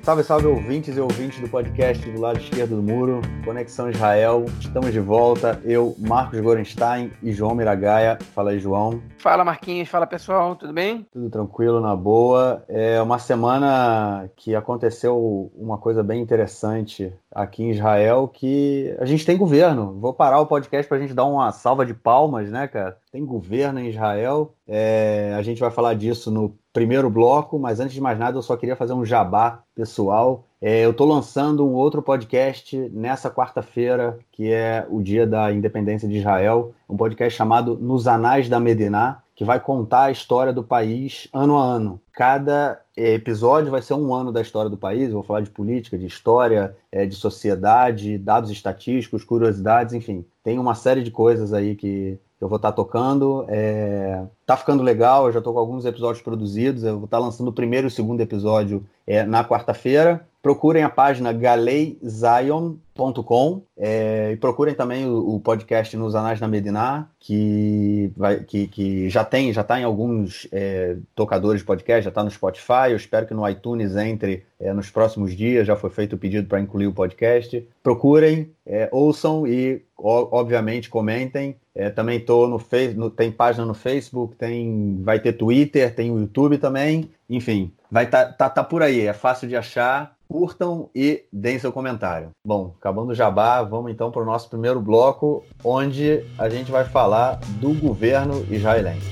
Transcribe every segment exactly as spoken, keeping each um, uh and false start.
Salve, salve ouvintes e ouvintes do podcast do lado esquerdo do muro, Conexão Israel. Estamos de volta, eu, Marcos Gorenstein e João Miragaia. Fala aí, João. Fala, Marquinhos. Fala, pessoal. Tudo bem? Tudo tranquilo, na boa. É uma semana que aconteceu uma coisa bem interessante aqui em Israel, que a gente tem governo. Vou parar o podcast pra gente dar uma salva de palmas, né, cara? Tem governo em Israel. É, a gente vai falar disso no primeiro bloco, mas antes de mais nada eu só queria fazer um jabá pessoal. É, eu estou lançando um outro podcast nessa quarta-feira, que é o dia da independência de Israel, um podcast chamado Nos Anais da Mediná, que vai contar a história do país ano a ano. Cada episódio vai ser um ano da história do país. Eu vou falar de política, de história, de sociedade, dados estatísticos, curiosidades, enfim. Tem uma série de coisas aí que eu vou estar tocando. É... Tá ficando legal, eu já estou com alguns episódios produzidos. Eu vou estar lançando o primeiro e o segundo episódio é, na quarta-feira. Procurem a página galei zion ponto com é, e procurem também o, o podcast Nos Anais da Mediná, que, vai, que, que já tem, já está em alguns é, tocadores de podcast, já está no Spotify. Eu espero que no iTunes entre é, nos próximos dias. Já foi feito o pedido para incluir o podcast. Procurem, é, ouçam e, obviamente, comentem. É, também tô no Facebook, tem página no Facebook, tem, vai ter Twitter, tem o YouTube também. Enfim, vai tá, tá, tá por aí, é fácil de achar. Curtam e deem seu comentário. Bom, acabando o jabá, vamos então para o nosso primeiro bloco, onde a gente vai falar do governo israelense.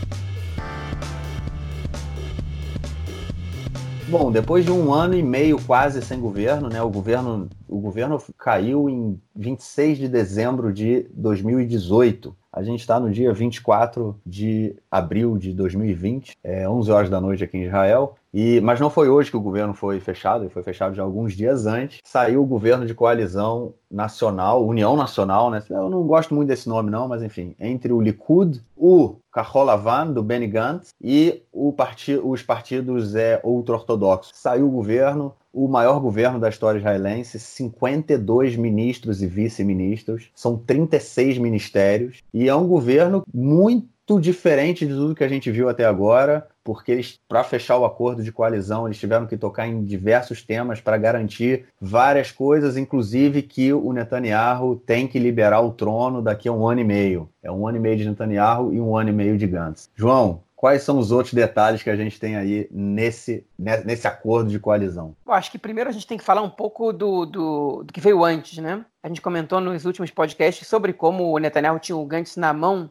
Bom, depois de um ano e meio quase sem governo, né, o governo, o governo caiu em vinte e seis de dezembro de dois mil e dezoito. A gente está no dia vinte e quatro de abril de dois mil e vinte, é onze horas da noite aqui em Israel. E, mas não foi hoje que o governo foi fechado, ele foi fechado já alguns dias antes. Saiu o governo de coalizão nacional, União Nacional, né? Eu não gosto muito desse nome não, mas enfim, entre o Likud, o Kahol Lavan, do Benny Gantz, e o parti- os partidos é, ultra-ortodoxos. Saiu o governo, o maior governo da história israelense, cinquenta e dois ministros e vice-ministros, são trinta e seis ministérios, e é um governo muito diferente de tudo que a gente viu até agora, porque eles, para fechar o acordo de coalizão, eles tiveram que tocar em diversos temas para garantir várias coisas, inclusive que o Netanyahu tem que liberar o trono daqui a um ano e meio. É um ano e meio de Netanyahu e um ano e meio de Gantz. João, quais são os outros detalhes que a gente tem aí nesse, nesse acordo de coalizão? Eu acho que primeiro a gente tem que falar um pouco do, do, do que veio antes, né? A gente comentou nos últimos podcasts sobre como o Netanyahu tinha o Gantz na mão,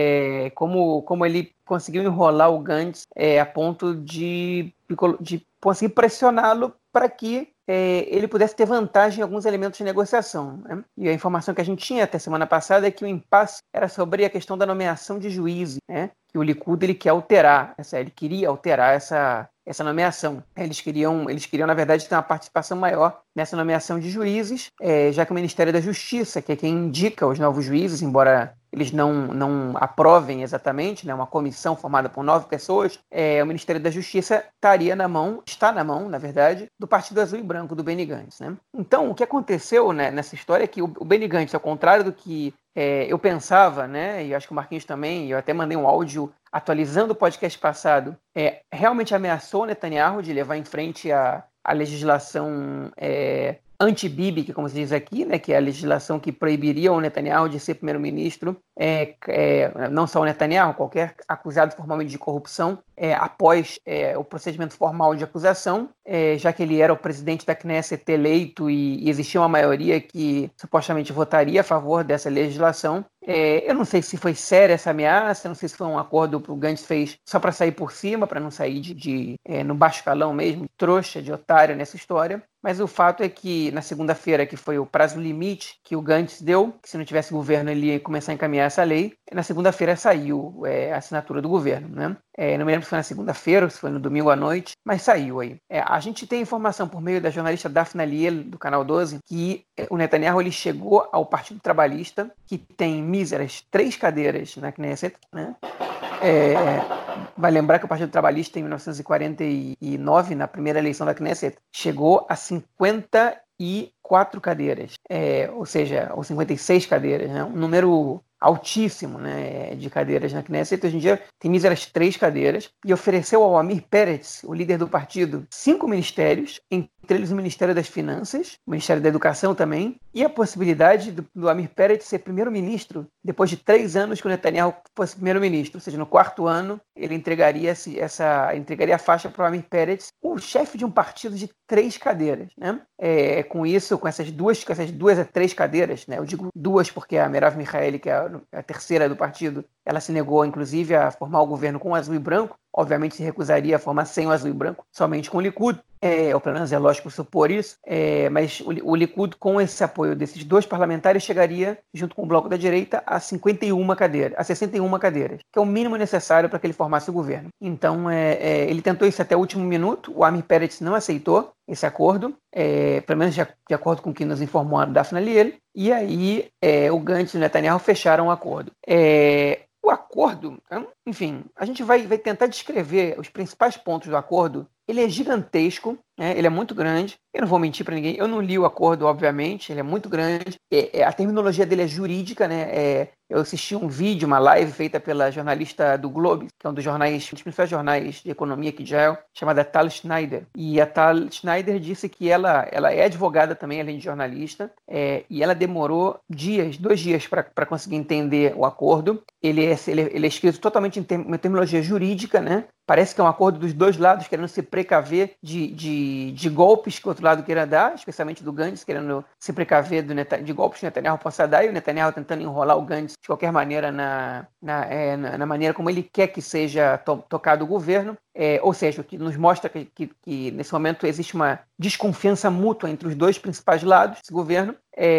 é, como, como ele conseguiu enrolar o Gantz é, a ponto de, de conseguir pressioná-lo para que é, ele pudesse ter vantagem em alguns elementos de negociação, né? E a informação que a gente tinha até semana passada é que o impasse era sobre a questão da nomeação de juízes, né? Que o Likud ele quer alterar, essa, ele queria alterar essa, essa nomeação. Eles queriam, eles queriam, na verdade, ter uma participação maior nessa nomeação de juízes, é, já que o Ministério da Justiça, que é quem indica os novos juízes, embora eles não, não aprovem exatamente, né, uma comissão formada por nove pessoas, é, o Ministério da Justiça estaria na mão, está na mão, na verdade, do Partido Azul e Branco, do Benny Gantz, né? Então, o que aconteceu, né, nessa história é que o, o Benny Gantz, ao contrário do que é, eu pensava, né, e acho que o Marquinhos também, eu até mandei um áudio atualizando o podcast passado, é, realmente ameaçou o Netanyahu de levar em frente a, a legislação é, anti-Bibi, como se diz aqui, né, que é a legislação que proibiria o Netanyahu de ser primeiro-ministro, é, é, não só o Netanyahu, qualquer acusado formalmente de corrupção, é, após é, o procedimento formal de acusação, é, já que ele era o presidente da Knesset eleito e, e existia uma maioria que supostamente votaria a favor dessa legislação. É, eu não sei se foi séria essa ameaça, não sei se foi um acordo que o Gantz fez só para sair por cima, para não sair de, de, é, no baixo calão mesmo, de trouxa, de otário nessa história. Mas o fato é que na segunda-feira, que foi o prazo limite que o Gantz deu, que se não tivesse governo ele ia começar a encaminhar essa lei, na segunda-feira saiu é, a assinatura do governo, né? É, não me lembro se foi na segunda-feira ou se foi no domingo à noite, mas saiu aí. É, a gente tem informação por meio da jornalista Daphne Liel, do Canal doze, que o Netanyahu ele chegou ao Partido Trabalhista, que tem míseras três cadeiras na Knesset, né? É, vai lembrar que o Partido Trabalhista, em mil novecentos e quarenta e nove, na primeira eleição da Knesset, chegou a cinquenta e quatro cadeiras, é, ou seja, ou cinquenta e seis cadeiras, né? Um número altíssimo, né, de cadeiras na Knesset. Hoje em dia tem míseras três cadeiras, e ofereceu ao Amir Peretz, o líder do partido, cinco ministérios, entre eles o Ministério das Finanças, o Ministério da Educação também, e a possibilidade do, do Amir Peretz ser primeiro-ministro depois de três anos que o Netanyahu fosse primeiro-ministro, ou seja, no quarto ano ele entregaria, esse, essa, entregaria a faixa para o Amir Peretz, o chefe de um partido de três cadeiras, né? É, com isso, com essas duas, com essas duas a três cadeiras, né? Eu digo duas porque a Merav Michaeli, que é a, a terceira do partido, ela se negou, inclusive, a formar o governo com azul e branco. Obviamente se recusaria a formar sem o azul e branco, somente com o Likud. É, ou pelo menos é lógico supor isso, é, mas o, o Likud, com esse apoio desses dois parlamentares, chegaria, junto com o bloco da direita, a cinquenta e uma cadeiras, a sessenta e uma cadeiras, que é o mínimo necessário para que ele formasse o governo. Então, é, é, ele tentou isso até o último minuto, o Amir Peretz não aceitou esse acordo, é, pelo menos de, de acordo com o que nos informou a Daphne Liel, e aí é, o Gantz e o Netanyahu fecharam o acordo. É, o acordo, enfim, a gente vai, vai tentar descrever os principais pontos do acordo. Ele é gigantesco, né? Ele é muito grande. Eu não vou mentir para ninguém, eu não li o acordo, obviamente, ele é muito grande. É, é, a terminologia dele é jurídica, né? É, eu assisti um vídeo, uma live feita pela jornalista do Globo, que é um dos jornais, um dos principais jornais de economia aqui de Israel, chamada Tal Schneider. E a Tal Schneider disse que ela, ela é advogada também, além de jornalista, é, e ela demorou dias, dois dias para conseguir entender o acordo. Ele é, ele, ele é escrito totalmente em term, uma terminologia jurídica, né? Parece que é um acordo dos dois lados querendo se precaver de, de, de golpes que o outro lado queira dar, especialmente do Gantz, querendo se precaver do Net, de golpes que o Netanyahu possa dar, e o Netanyahu tentando enrolar o Gantz de qualquer maneira na, na, é, na, na maneira como ele quer que seja to, tocado o governo. É, ou seja, o que nos mostra que, que, que nesse momento existe uma desconfiança mútua entre os dois principais lados desse governo,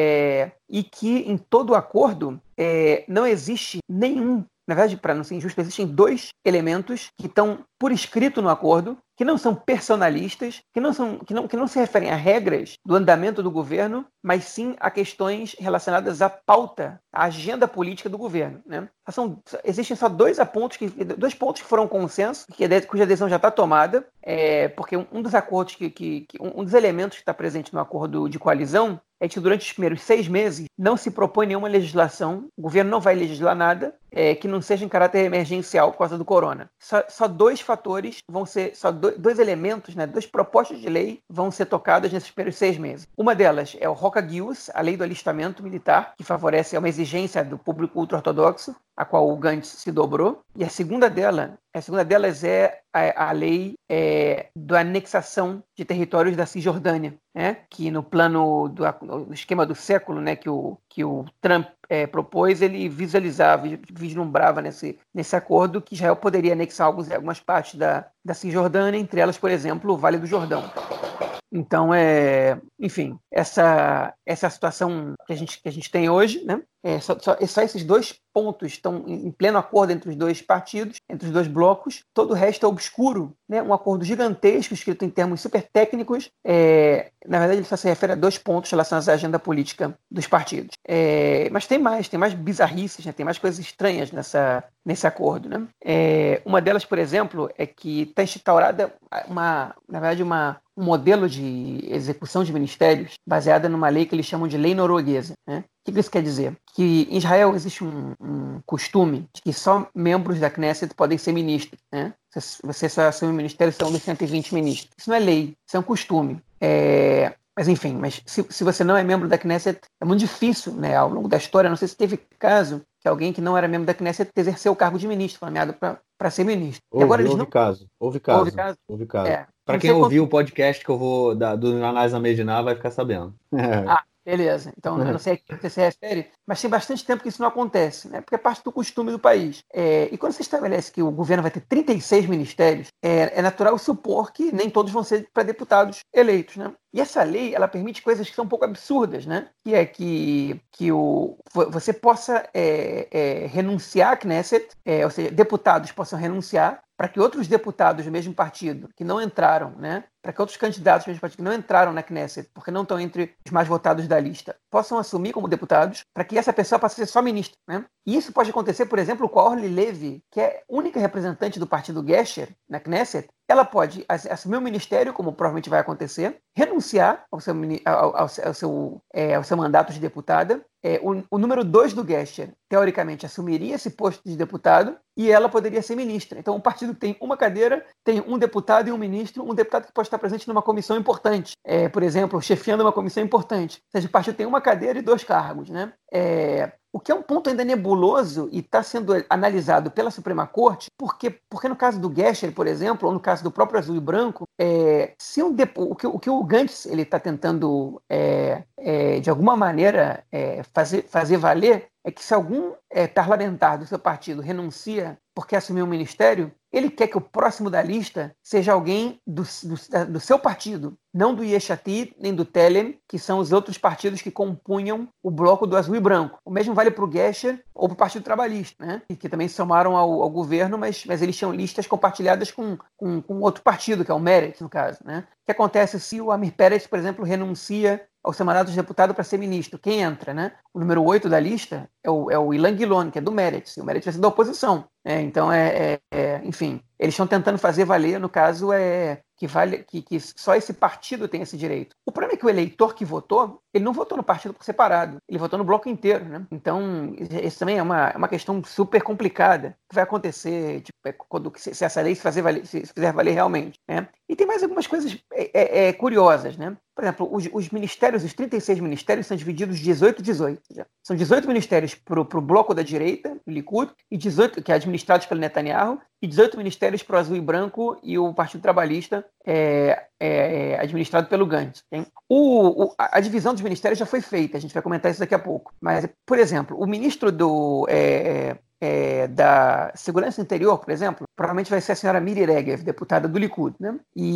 é, e que em todo o acordo é, não existe nenhum. Na verdade, para não ser injusto, existem dois elementos que estão por escrito no acordo, que não são personalistas, que não, são, que não, que não se referem a regras do andamento do governo, mas sim a questões relacionadas à pauta, à agenda política do governo, né? São, existem só dois pontos que, dois pontos que foram consenso, que, cuja decisão já está tomada, é, porque um, um dos acordos, que, que, que um, um dos elementos que está presente no acordo de coalizão é que durante os primeiros seis meses não se propõe nenhuma legislação, o governo não vai legislar nada é, que não seja em caráter emergencial por causa do corona. Só, só dois fatores vão ser, só dois, dois elementos, né, duas propostas de lei vão ser tocadas nesses primeiros seis meses. Uma delas é o Roca Gius, a lei do alistamento militar, que favorece uma exigência do público ultra-ortodoxo, a qual o Gantz se dobrou. E a segunda dela, a segunda delas é a, a lei é, da anexação de territórios da Cisjordânia, né, que no plano do no esquema do século, né, que o, que o Trump é, propôs, ele visualizava, vislumbrava nesse, nesse acordo que Israel poderia anexar alguns, algumas partes da, da Cisjordânia, entre elas, por exemplo, o Vale do Jordão. Então, é, enfim, essa, essa situação que a gente, que a gente tem hoje, né? É, só, só, só esses dois pontos estão em pleno acordo entre os dois partidos, entre os dois blocos. Todo o resto é obscuro, né? Um acordo gigantesco, escrito em termos super técnicos. É, na verdade, ele só se refere a dois pontos relacionados à agenda política dos partidos. É, mas tem mais, tem mais bizarrices, né? Tem mais coisas estranhas nessa, nesse acordo, né? É, uma delas, por exemplo, é que está instaurada uma, na verdade, uma um modelo de execução de ministérios baseada numa lei que eles chamam de lei norueguesa, né? O que isso quer dizer? Que em Israel existe um, um costume de que só membros da Knesset podem ser ministros, né? Você só assume o ministério, são dos cento e vinte ministros. Isso não é lei, isso é um costume. É... Mas enfim, mas se, se você não é membro da Knesset, é muito difícil, né? Ao longo da história, não sei se teve caso que alguém que não era membro da Knesset exerceu o cargo de ministro, foi nomeado para ser ministro. Houve, e agora eles houve não... caso, houve caso, houve caso. Houve caso. É. Para quem ouviu o podcast que eu vou da, do Análise Medinar vai ficar sabendo. Ah, beleza. Então, eu não sei a que você se refere, mas tem bastante tempo que isso não acontece, né? Porque é parte do costume do país. É, e quando você estabelece que o governo vai ter trinta e seis ministérios, é, é natural supor que nem todos vão ser para deputados eleitos, né? E essa lei, ela permite coisas que são um pouco absurdas, né? Que é que, que o, você possa é, é, renunciar à Knesset, é, ou seja, deputados possam renunciar para que outros deputados do mesmo partido, que não entraram, né, para que outros candidatos que não entraram na Knesset, porque não estão entre os mais votados da lista, possam assumir como deputados, para que essa pessoa passe a ser só ministra, né? E isso pode acontecer, por exemplo, com a Orly Levy, que é única representante do partido Gesher na Knesset. Ela pode assumir o ministério, como provavelmente vai acontecer, renunciar ao seu, ao, ao, ao seu, é, ao seu mandato de deputada. É, o, o número dois do Gesher, teoricamente, assumiria esse posto de deputado e ela poderia ser ministra. Então, o partido tem uma cadeira, tem um deputado e um ministro, um deputado que pode estar presente numa comissão importante, é, por exemplo, chefiando uma comissão importante. Ou seja, o partido tem uma cadeira e dois cargos, né? É, o que é um ponto ainda nebuloso e está sendo analisado pela Suprema Corte, porque, porque no caso do Gesher, por exemplo, ou no caso do próprio Azul e Branco, é, se um depo, o, que, o que o Gantz está tentando, é, é, de alguma maneira, é, fazer, fazer valer, é que se algum é, parlamentar do seu partido renuncia porque assumiu um ministério, ele quer que o próximo da lista seja alguém do, do, do seu partido, não do Yesh Atid, nem do Telem, que são os outros partidos que compunham o bloco do Azul e Branco. O mesmo vale para o Gesher ou para o Partido Trabalhista, né? que, que também se somaram ao, ao governo, mas, mas eles tinham listas compartilhadas com, com, com outro partido, que é o Meretz, no caso. Né? O que acontece se o Amir Peretz, por exemplo, renuncia ao seu mandato de deputado para ser ministro? Quem entra, né? O número oito da lista é o, é o Ilan Gilon, que é do Meretz. O Meretz vai ser da oposição. É, então, é, é, é, enfim, eles estão tentando fazer valer, no caso, é que, vale, que, que só esse partido tem esse direito. O problema é que o eleitor que votou, ele não votou no partido por separado, ele votou no bloco inteiro, né? Então, isso também é uma, é uma questão super complicada. O que vai acontecer tipo, é, quando, se, se essa lei se, fazer valer, se fizer valer realmente, né? E tem mais algumas coisas é, é, é, curiosas, né? Por exemplo, os, os ministérios, os trinta e seis ministérios são divididos dezoito, dezoito. São dezoito ministérios para o bloco da direita, o Likud, e dezoito, que é administrados pelo Netanyahu, e dezoito ministérios para o Azul e Branco e o Partido Trabalhista, é, é, administrado pelo Gantz. O, o, a divisão dos ministérios já foi feita, a gente vai comentar isso daqui a pouco. Mas, por exemplo, o ministro do... É, É, da Segurança Interior, por exemplo, provavelmente vai ser a senhora Miri Regev, deputada do Likud, né?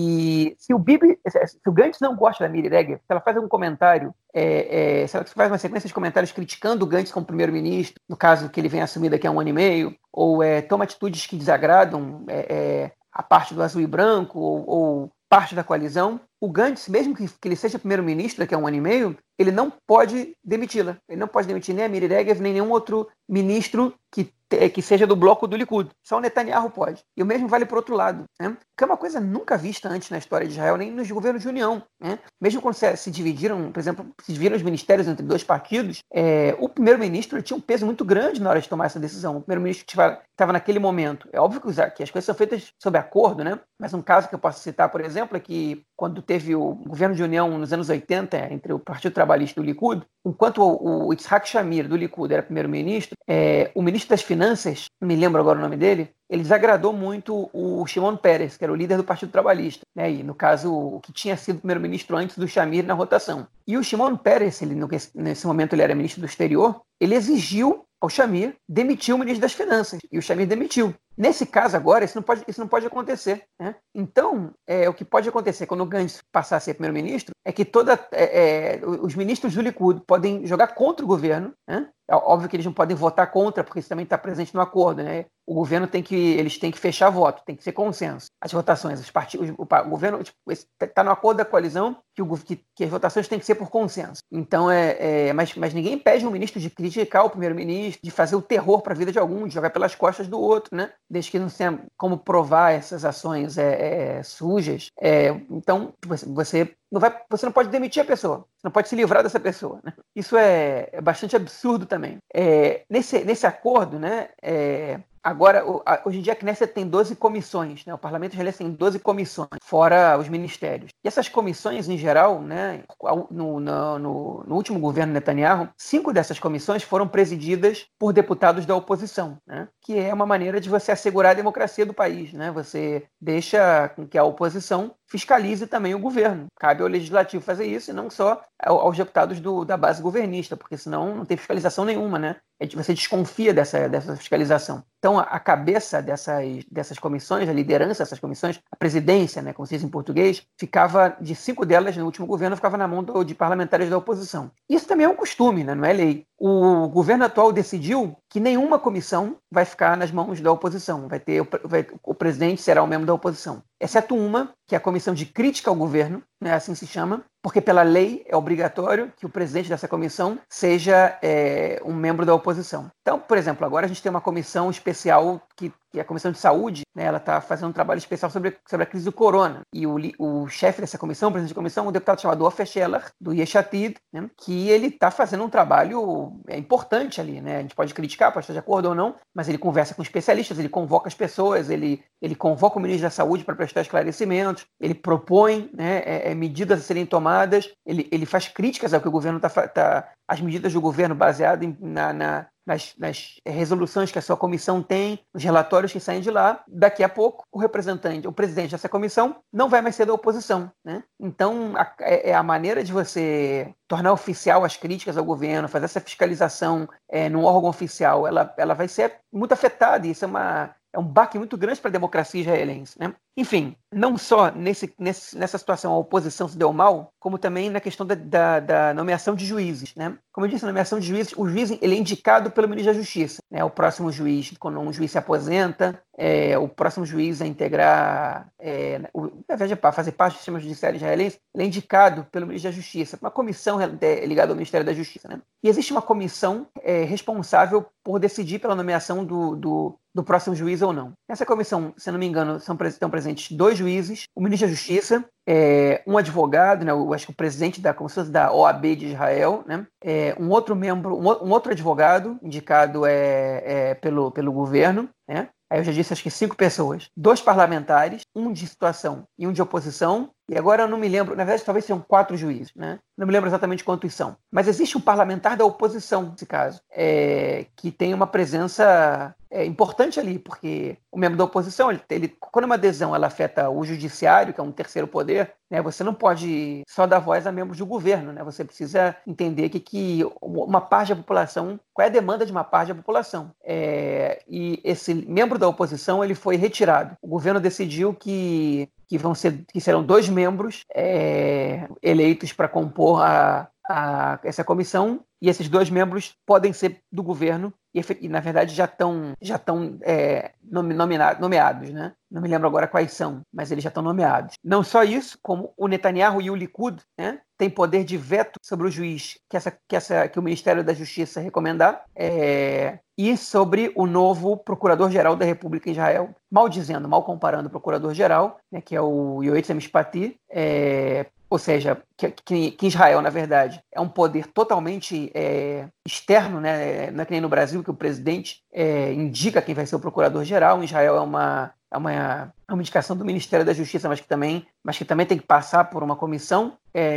E se o Bibi, se o Gantz não gosta da Miri Regev, se ela faz um comentário, é, é, se ela faz uma sequência de comentários criticando o Gantz como primeiro-ministro, no caso que ele vem assumir daqui a um ano e meio, ou é, toma atitudes que desagradam é, é, a parte do Azul e Branco, ou, ou parte da coalizão, o Gantz, mesmo que, que ele seja primeiro-ministro daqui a um ano e meio, ele não pode demiti-la. Ele não pode demitir nem a Miri Regev, nem nenhum outro ministro que, que seja do bloco do Likud. Só o Netanyahu pode. E o mesmo vale para o outro lado. Né? Que é uma coisa nunca vista antes na história de Israel, nem nos governos de união. Né? Mesmo quando se, se dividiram, por exemplo, se dividiram os ministérios entre dois partidos, é, o primeiro-ministro tinha um peso muito grande na hora de tomar essa decisão. O primeiro-ministro estava naquele momento. É óbvio que, que as coisas são feitas sob acordo, né? Mas um caso que eu posso citar, por exemplo, é que quando teve o governo de união nos anos oitenta, entre o Partido Trabalhista e o Likud, enquanto o, o Yitzhak Shamir, do Likud, era primeiro-ministro, é, o ministro das Finanças, não me lembro agora o nome dele, ele desagradou muito o Shimon Peres, que era o líder do Partido Trabalhista, né? E, no caso, o que tinha sido primeiro-ministro antes do Shamir na rotação. E o Shimon Peres, ele, nesse momento ele era ministro do Exterior, ele exigiu ao Shamir demitir o ministro das Finanças, e o Shamir demitiu. Nesse caso agora, isso não pode, isso não pode acontecer. Né? Então, é, o que pode acontecer quando o Gantz passar a ser primeiro-ministro é que toda, é, é, os ministros do Likud podem jogar contra o governo. Né? É óbvio que eles não podem votar contra, porque isso também está presente no acordo. Né? O governo tem que, eles têm que fechar voto, tem que ser consenso. As votações, os partidos, o, o governo está tipo, no acordo da coalizão que, o, que, que as votações têm que ser por consenso. Então, é, é, mas, mas ninguém impede um ministro de criticar o primeiro-ministro, de fazer o terror para a vida de algum, de jogar pelas costas do outro, né? Desde que não tenha como provar essas ações é, é, sujas. É, então, você não, vai, você não pode demitir a pessoa, você não pode se livrar dessa pessoa. Né? Isso é, é bastante absurdo também. É, nesse, nesse acordo, né, é, agora, hoje em dia a Knesset tem doze comissões, né? O parlamento israelense tem doze comissões, fora os ministérios. E essas comissões, em geral, né, no, no, no, no último governo Netanyahu, cinco dessas comissões foram presididas por deputados da oposição, né? Que é uma maneira de você assegurar a democracia do país. Né? Você deixa com que a oposição fiscalize também o governo. Cabe ao legislativo fazer isso e não só aos deputados do, da base governista, porque senão não tem fiscalização nenhuma, né? Você desconfia dessa, dessa fiscalização. Então, a cabeça dessas, dessas comissões, a liderança dessas comissões, a presidência, né, como se diz em português, ficava, de cinco delas no último governo, ficava na mão do, de parlamentares da oposição. Isso também é um costume, né, não é lei. o governo atual decidiu que nenhuma comissão vai ficar nas mãos da oposição. Vai ter, vai, o presidente será um membro da oposição, exceto uma, que é a comissão de crítica ao governo, né, assim se chama, porque pela lei é obrigatório que o presidente dessa comissão seja é, um membro da oposição. Então, por exemplo, agora a gente tem uma comissão especial, que, que é a Comissão de Saúde, né, ela está fazendo um trabalho especial sobre, sobre a crise do corona. E o, o chefe dessa comissão, o presidente da comissão, é um deputado chamado Ofer Scheller, do Yesh Atid, né, que ele está fazendo um trabalho é, importante ali. Né? A gente pode criticar, pode estar de acordo ou não, mas ele conversa com especialistas, ele convoca as pessoas, ele, ele convoca o ministro da Saúde para prestar esclarecimentos, ele propõe né, é, é, medidas a serem tomadas, ele, ele faz críticas ao que o governo está... Tá, as medidas do governo baseadas na, na, nas, nas resoluções que a sua comissão tem, os relatórios que saem de lá. Daqui a pouco, o representante, o presidente dessa comissão não vai mais ser da oposição. Né? Então, a, é a maneira de você tornar oficial as críticas ao governo, fazer essa fiscalização é, num órgão oficial, ela, ela vai ser muito afetada, e isso é uma... É um baque muito grande para a democracia israelense. Né? Enfim, não só nesse, nesse, nessa situação a oposição se deu mal, como também na questão da, da, da nomeação de juízes. Né? Como eu disse, a nomeação de juízes, o juiz ele é indicado pelo ministro da Justiça. Né? O próximo juiz, quando um juiz se aposenta, é, o próximo juiz a integrar, é, o, na verdade, para fazer parte do sistema judiciário israelense, ele é indicado pelo ministro da Justiça, uma comissão ligada ao Ministério da Justiça. Né? E existe uma comissão é, responsável por decidir pela nomeação do, do do próximo juiz ou não. Nessa comissão, se não me engano, são, estão presentes dois juízes, o ministro da Justiça, é, um advogado, né, eu acho que o presidente da, como se fosse da O A B de Israel, né, é, um outro membro, um, um outro advogado, indicado é, é, pelo, pelo governo, né, aí eu já disse, acho que cinco pessoas, dois parlamentares, um de situação e um de oposição, e agora eu não me lembro, na verdade talvez sejam quatro juízes, né? Não me lembro exatamente quantos são. Mas existe um parlamentar da oposição, nesse caso, é, que tem uma presença é, importante ali, porque o membro da oposição, ele, ele, quando uma adesão ela afeta o judiciário, que é um terceiro poder, né, você não pode só dar voz a membros do governo, né? Você precisa entender que, que uma parte da população, qual é a demanda de uma parte da população. É, e esse membro da oposição ele foi retirado. O governo decidiu que que vão ser, que serão dois membros é, eleitos para compor a, a, essa comissão, e esses dois membros podem ser do governo e, e na verdade, já estão já estão é, nominado, nomeados, né? Não me lembro agora quais são, mas eles já estão nomeados. Não só isso, como o Netanyahu e o Likud, né, têm poder de veto sobre o juiz que, essa, que, essa, que o Ministério da Justiça recomendar, é, e sobre o novo Procurador-Geral da República em Israel, mal dizendo, mal comparando o Procurador-Geral, né, que é o Yoetz Mishpati, é, ou seja, que, que, que Israel, na verdade, é um poder totalmente é, externo, né? Não é que nem no Brasil, que o presidente é, indica quem vai ser o procurador-geral. Em Israel é uma, é, uma, é uma indicação do Ministério da Justiça, mas que também, mas que também tem que passar por uma comissão.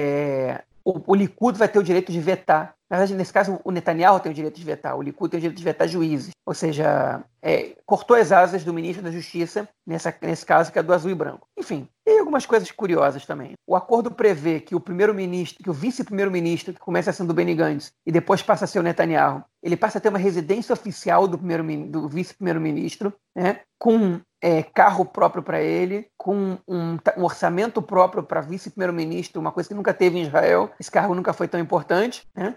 É, o, o Likud vai ter o direito de vetar. Na verdade, nesse caso, o Netanyahu tem o direito de vetar, o Likud tem o direito de vetar juízes. Ou seja, é, cortou as asas do ministro da Justiça, nessa, nesse caso, que é do azul e branco. Enfim, tem algumas coisas curiosas também. O acordo prevê que o primeiro-ministro, que o vice-primeiro-ministro, que começa sendo o Benny Gantz e depois passa a ser o Netanyahu, ele passa a ter uma residência oficial do, primeiro, do vice-primeiro-ministro, né, com é, carro próprio para ele, com um, um orçamento próprio para vice-primeiro-ministro, uma coisa que nunca teve em Israel. Esse cargo nunca foi tão importante, né?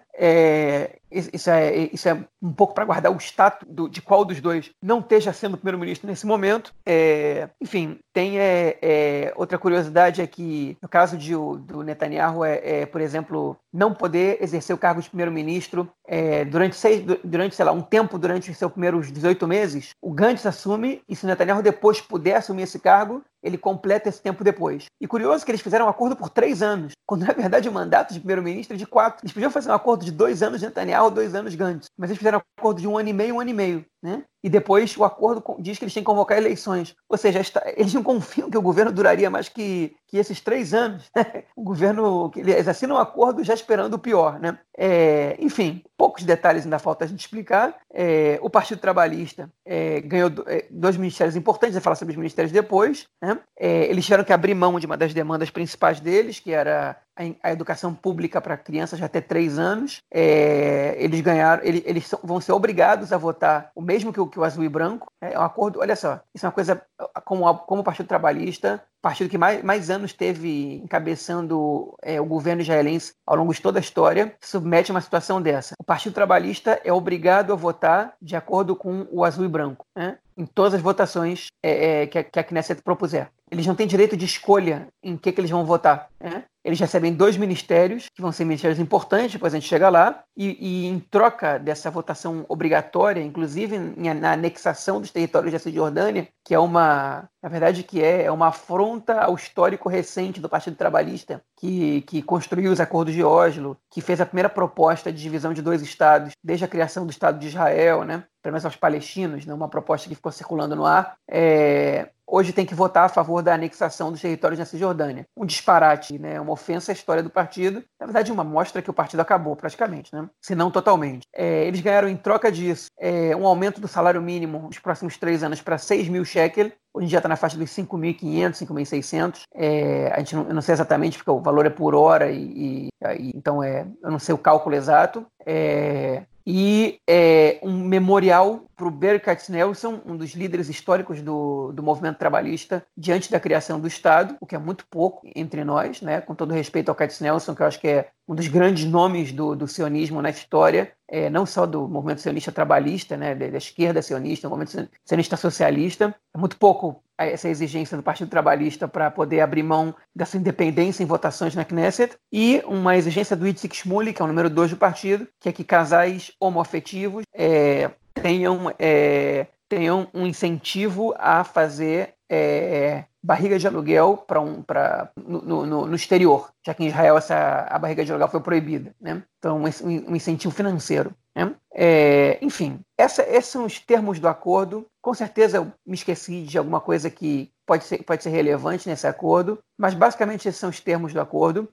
É, isso, é, isso é um pouco para guardar o status do, de qual dos dois não esteja sendo primeiro-ministro nesse momento. É, enfim, tem é, é, outra curiosidade é que no caso de, do Netanyahu é, é, por exemplo, não poder exercer o cargo de primeiro-ministro é, durante, seis, durante, sei lá, um tempo durante os seus primeiros dezoito meses. O Gantz assume, e se o Netanyahu depois puder assumir esse cargo, ele completa esse tempo depois. E curioso que eles fizeram um acordo por três anos, quando na verdade o mandato de primeiro-ministro é de quatro. Eles podiam fazer um acordo de dois anos de Netanyahu, dois anos Gantz, mas eles fizeram um acordo de um ano e meio, um ano e meio, né? E depois o acordo diz que eles têm que convocar eleições. Ou seja, eles não confiam que o governo duraria mais que, que esses três anos. Né? O governo, eles assinam um acordo já esperando o pior, né? É, enfim, poucos detalhes ainda falta a gente explicar. É, o Partido Trabalhista é, ganhou dois ministérios importantes, vou falar sobre os ministérios depois, né? É, eles tiveram que abrir mão de uma das demandas principais deles, que era a, a educação pública para crianças de até três anos. É, eles ganharam, eles, eles são, vão ser obrigados a votar o mesmo que o que o azul e branco. É um acordo, olha só, isso é uma coisa, como, como o Partido Trabalhista, partido que mais, mais anos teve encabeçando é, o governo israelense ao longo de toda a história, submete a uma situação dessa. O Partido Trabalhista é obrigado a votar de acordo com o azul e branco, né? Em todas as votações é, é, que, a, que a Knesset propuser. Eles não têm direito de escolha em que, que eles vão votar, né? Eles recebem dois ministérios, que vão ser ministérios importantes, depois a gente chega lá, e, e em troca dessa votação obrigatória, inclusive em, na anexação dos territórios da Cisjordânia, que é uma, na verdade, que é, é uma afronta ao histórico recente do Partido Trabalhista, que, que construiu os acordos de Oslo, que fez a primeira proposta de divisão de dois estados, desde a criação do Estado de Israel, né? Pelo menos aos palestinos, né? Uma proposta que ficou circulando no ar. É... Hoje tem que votar a favor da anexação dos territórios na Cisjordânia. Um disparate, né? Uma ofensa à história do partido. Na verdade, uma mostra que o partido acabou, praticamente, né? Se não totalmente. É, eles ganharam, em troca disso, é, um aumento do salário mínimo nos próximos três anos para seis mil shekel. Hoje em dia está na faixa dos cinco mil e quinhentos, cinco mil e seiscentos. É, a gente não, eu não sei exatamente, porque o valor é por hora, e, e então é, eu não sei o cálculo exato. É, e é, um memorial para o Berl Katznelson, um dos líderes históricos do, do movimento trabalhista, diante da criação do Estado, o que é muito pouco entre nós, né? Com todo respeito ao Katznelson, que eu acho que é um dos grandes nomes do, do sionismo na história, é, não só do movimento sionista trabalhista, né? da, da esquerda sionista, do movimento sionista socialista. É muito pouco essa exigência do Partido Trabalhista para poder abrir mão dessa independência em votações na Knesset, e uma exigência do Itzik Shmuli, que é o número dois do partido, que é que casais homoafetivos é, tenham, é, tenham um incentivo a fazer é, barriga de aluguel pra um, pra, no, no, no exterior, já que em Israel essa, a barriga de aluguel foi proibida, né? Então, um, um incentivo financeiro, né? É, enfim, essa, esses são os termos do acordo. Com certeza eu me esqueci de alguma coisa que pode ser, pode ser relevante nesse acordo, mas basicamente esses são os termos do acordo.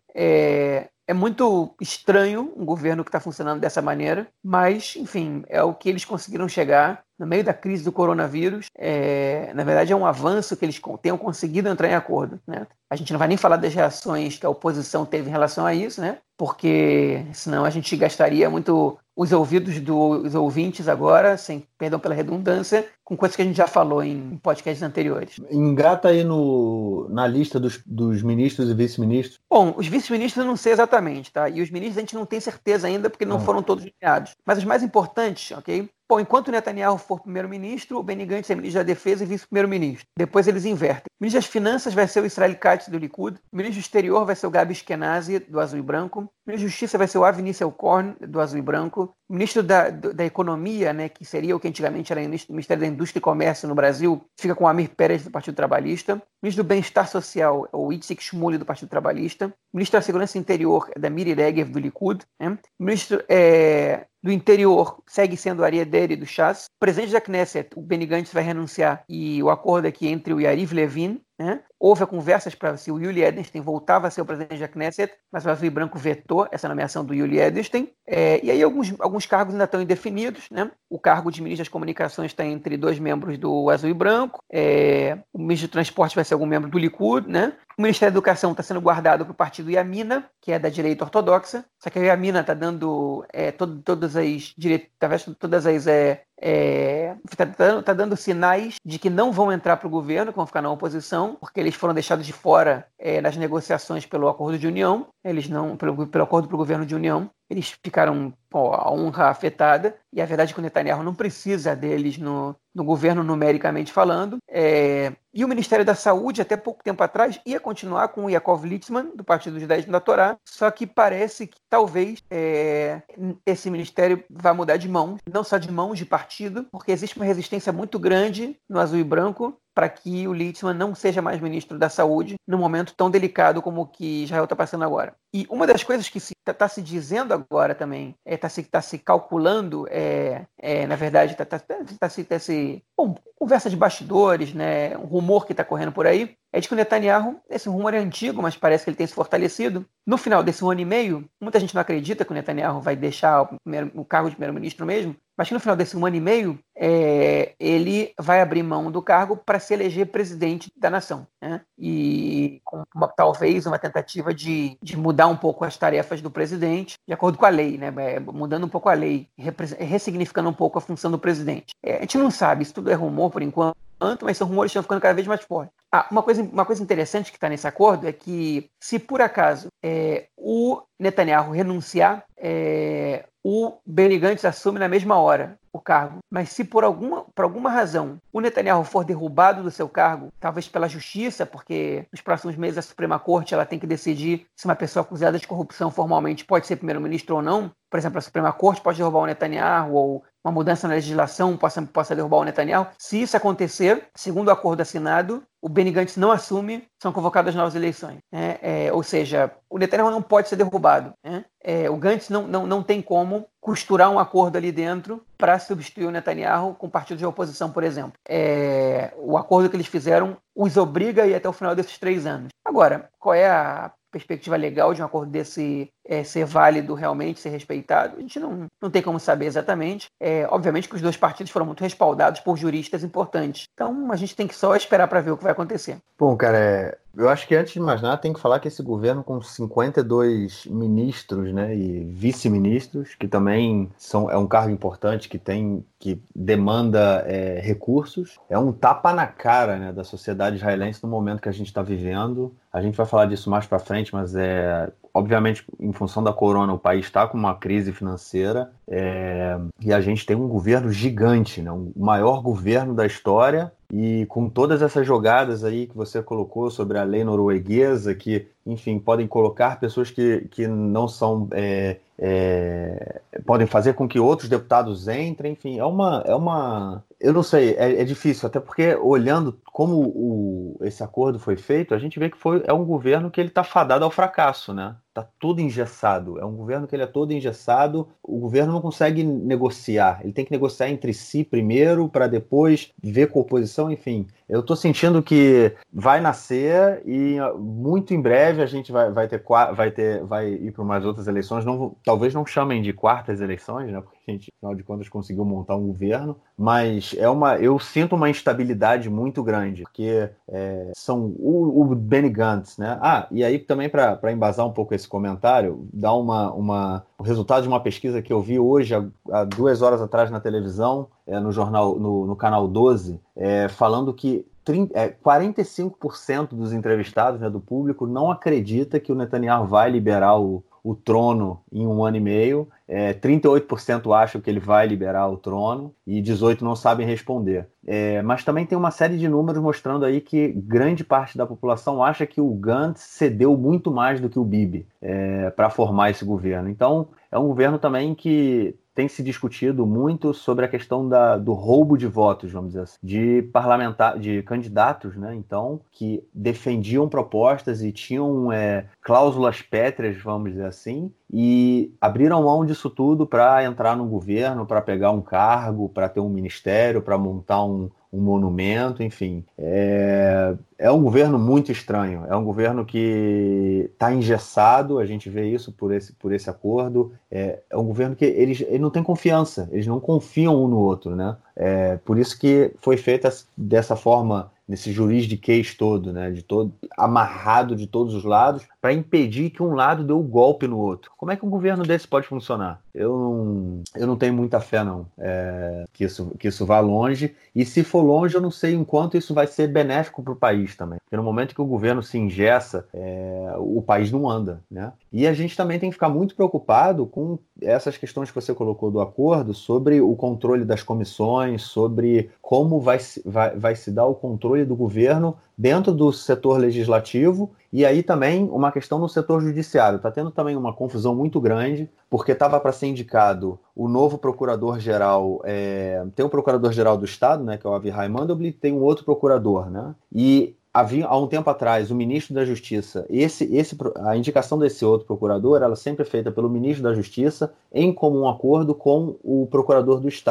É, é muito estranho um governo que está funcionando dessa maneira, mas, enfim, é o que eles conseguiram chegar no meio da crise do coronavírus. É, na verdade, é um avanço que eles tenham conseguido entrar em acordo, né? A gente não vai nem falar das reações que a oposição teve em relação a isso, né? Porque senão a gente gastaria muito os ouvidos dos ouvintes agora, sem perdão pela redundância, com coisas que a gente já falou em podcasts anteriores. Engata aí no, na lista dos, dos ministros e vice-ministros. Bom, os vice-ministros eu não sei exatamente, tá? E os ministros a gente não tem certeza ainda, porque não ah. foram todos nomeados. Mas os mais importantes, ok? Bom, enquanto o Netanyahu for primeiro-ministro, o Benny Gantz é ministro da Defesa e vice-primeiro-ministro. Depois eles invertem. O ministro das Finanças vai ser o Israel Katz, do Likud. O ministro do Exterior vai ser o Gabi Ashkenazi, do Azul e Branco. O ministro da Justiça vai ser o Avi Nisselkorn, do Azul e Branco. O ministro da, da Economia, né, que seria o que antigamente era o Ministério da Indústria e Comércio no Brasil, fica com o Amir Pérez, do Partido Trabalhista. O ministro do Bem-Estar Social é o Itzik Shmuli, do Partido Trabalhista. O ministro da Segurança Interior é da Miri Regev, do Likud. Né? O ministro é... do Interior segue sendo o Aryeh Deri, do Shas. O presidente da Knesset, o Benny Gantz, vai renunciar, e o acordo aqui entre o Yariv Levin, né? Houve conversas para se o Yuli Edelstein voltava a ser o presidente da Knesset, mas o Azul e Branco vetou essa nomeação do Yuli Edelstein. É, e aí alguns, alguns cargos ainda estão indefinidos, né? O cargo de ministro das Comunicações está entre dois membros do Azul e Branco. É, o ministro do Transporte vai ser algum membro do Likud, né? O Ministério da Educação está sendo guardado para o partido Yamina, que é da direita ortodoxa. Só que a Yamina está dando é, todo, todas as direitos, todas as é, é, tá, dando, tá dando sinais de que não vão entrar para o governo, que vão ficar na oposição, porque eles foram deixados de fora é, nas negociações pelo acordo de união. Eles não, pelo, pelo acordo para o governo de união, eles ficaram pô, a honra afetada, e a verdade é que o Netanyahu não precisa deles no, no governo, numericamente falando. É, e o Ministério da Saúde, até pouco tempo atrás, ia continuar com o Yaakov Litzman, do Partido Judaísmo da Torá, só que parece que talvez é, esse ministério vai mudar de mãos, não só de mãos de partido, porque existe uma resistência muito grande no Azul e Branco para que o Litzman não seja mais ministro da Saúde num momento tão delicado como o que Israel está passando agora. E uma das coisas que está se, tá se dizendo agora também, está é, tá se, tá se calculando, é, é, na verdade, está tá, tá se, tá se bom, conversa de bastidores, né, um rumor que está correndo por aí, é de que o Netanyahu, esse rumor é antigo, mas parece que ele tem se fortalecido. No final desse um ano e meio, muita gente não acredita que o Netanyahu vai deixar o, primeiro, o cargo de primeiro-ministro mesmo, mas que no final desse um ano e meio, é, ele vai abrir mão do cargo para se eleger presidente da nação, né? E com uma, talvez uma tentativa de, de mudar um pouco as tarefas do presidente, de acordo com a lei, né? É, mudando um pouco a lei, ressignificando um pouco a função do presidente. É, a gente não sabe, isso tudo é rumor por enquanto, mas são rumores que estão ficando cada vez mais fortes. Ah, uma coisa, uma coisa interessante que está nesse acordo é que, se por acaso é, o Netanyahu renunciar, é, o Benny Gantz assume na mesma hora o cargo. Mas se por alguma, por alguma razão o Netanyahu for derrubado do seu cargo, talvez pela justiça, porque nos próximos meses a Suprema Corte ela tem que decidir se uma pessoa acusada de corrupção formalmente pode ser primeiro-ministro ou não. Por exemplo, a Suprema Corte pode derrubar o Netanyahu, ou uma mudança na legislação possa, possa derrubar o Netanyahu. Se isso acontecer, segundo o acordo assinado, o Benny Gantz não assume, são convocadas novas eleições. Né? É, ou seja, o Netanyahu não pode ser derrubado. Né? É, o Gantz não, não, não tem como costurar um acordo ali dentro para substituir o Netanyahu com partidos de oposição, por exemplo. É, o acordo que eles fizeram os obriga a ir até o final desses três anos. Agora, qual é a perspectiva legal de um acordo desse é, ser válido realmente, ser respeitado? A gente não, não tem como saber exatamente. É, obviamente que os dois partidos foram muito respaldados por juristas importantes. Então a gente tem que só esperar para ver o que vai acontecer. Bom, cara, é, eu acho que antes de mais nada tem que falar que esse governo com cinquenta e dois ministros, né, e vice-ministros, que também são, é um cargo importante que tem, que demanda é, recursos, é um tapa na cara, né, da sociedade israelense no momento que a gente está vivendo. A gente vai falar disso mais para frente, mas é obviamente, em função da corona, o país está com uma crise financeira é, e a gente tem um governo gigante, né? O maior governo da história, e com todas essas jogadas aí que você colocou sobre a lei norueguesa, que, enfim, podem colocar pessoas que, que não são... É, é, podem fazer com que outros deputados entrem, enfim, é uma... É uma eu não sei, é, é difícil, até porque olhando como o, esse acordo foi feito, a gente vê que foi, é um governo que ele está fadado ao fracasso, né? Está tudo engessado, é um governo que ele é todo engessado, o governo não consegue negociar, ele tem que negociar entre si primeiro, para depois ver com a oposição, enfim. Eu estou sentindo que vai nascer e muito em breve a gente vai, vai, ter, vai, ter, vai ir para umas outras eleições, não, talvez não chamem de quartas eleições, né? Porque a gente, afinal de contas, conseguiu montar um governo, mas é uma, eu sinto uma instabilidade muito grande, porque é, são o, o Benny Gantz, né? Ah, e aí também para embasar um pouco esse comentário, dá uma, uma, o resultado de uma pesquisa que eu vi hoje, há, há duas horas atrás na televisão, é, no jornal, no, no canal doze, é, falando que quarenta e cinco por cento dos entrevistados, né, do público, não acredita que o Netanyahu vai liberar o, o trono em um ano e meio. É, trinta e oito por cento acham que ele vai liberar o trono e dezoito por cento não sabem responder. É, mas também tem uma série de números mostrando aí que grande parte da população acha que o Gantz cedeu muito mais do que o Bibi é, para formar esse governo. Então, é um governo também que tem se discutido muito sobre a questão da, do roubo de votos, vamos dizer assim, de parlamentar, de candidatos, né? Então, que defendiam propostas e tinham é, cláusulas pétreas, vamos dizer assim, e abriram mão disso tudo para entrar no governo, para pegar um cargo, para ter um ministério, para montar um, um monumento, enfim. É, é um governo muito estranho, é um governo que está engessado, a gente vê isso por esse, por esse acordo, é, é um governo que eles, eles não têm confiança, eles não confiam um no outro, né? É, por isso que foi feita dessa forma, nesse juridiquês todo, né, de todo, amarrado de todos os lados, para impedir que um lado dê o golpe no outro. Como é que um governo desse pode funcionar? Eu não, eu não tenho muita fé, não, é, que, isso, que isso vá longe, e se for longe, eu não sei em quanto isso vai ser benéfico para o país também. Porque no momento que o governo se engessa, é, o país não anda, né? E a gente também tem que ficar muito preocupado com essas questões que você colocou do acordo, sobre o controle das comissões, sobre como vai, vai, vai se dar o controle do governo dentro do setor legislativo, e aí também uma questão no setor judiciário. Está tendo também uma confusão muito grande, porque estava para ser indicado o novo procurador-geral, é, tem o procurador-geral do Estado, né, que é o Avihay Mandelblit, tem um outro procurador, né, e havia, há um tempo atrás, o ministro da Justiça, esse, esse, a indicação desse outro procurador, ela sempre é feita pelo ministro da Justiça em comum acordo com o procurador do Estado.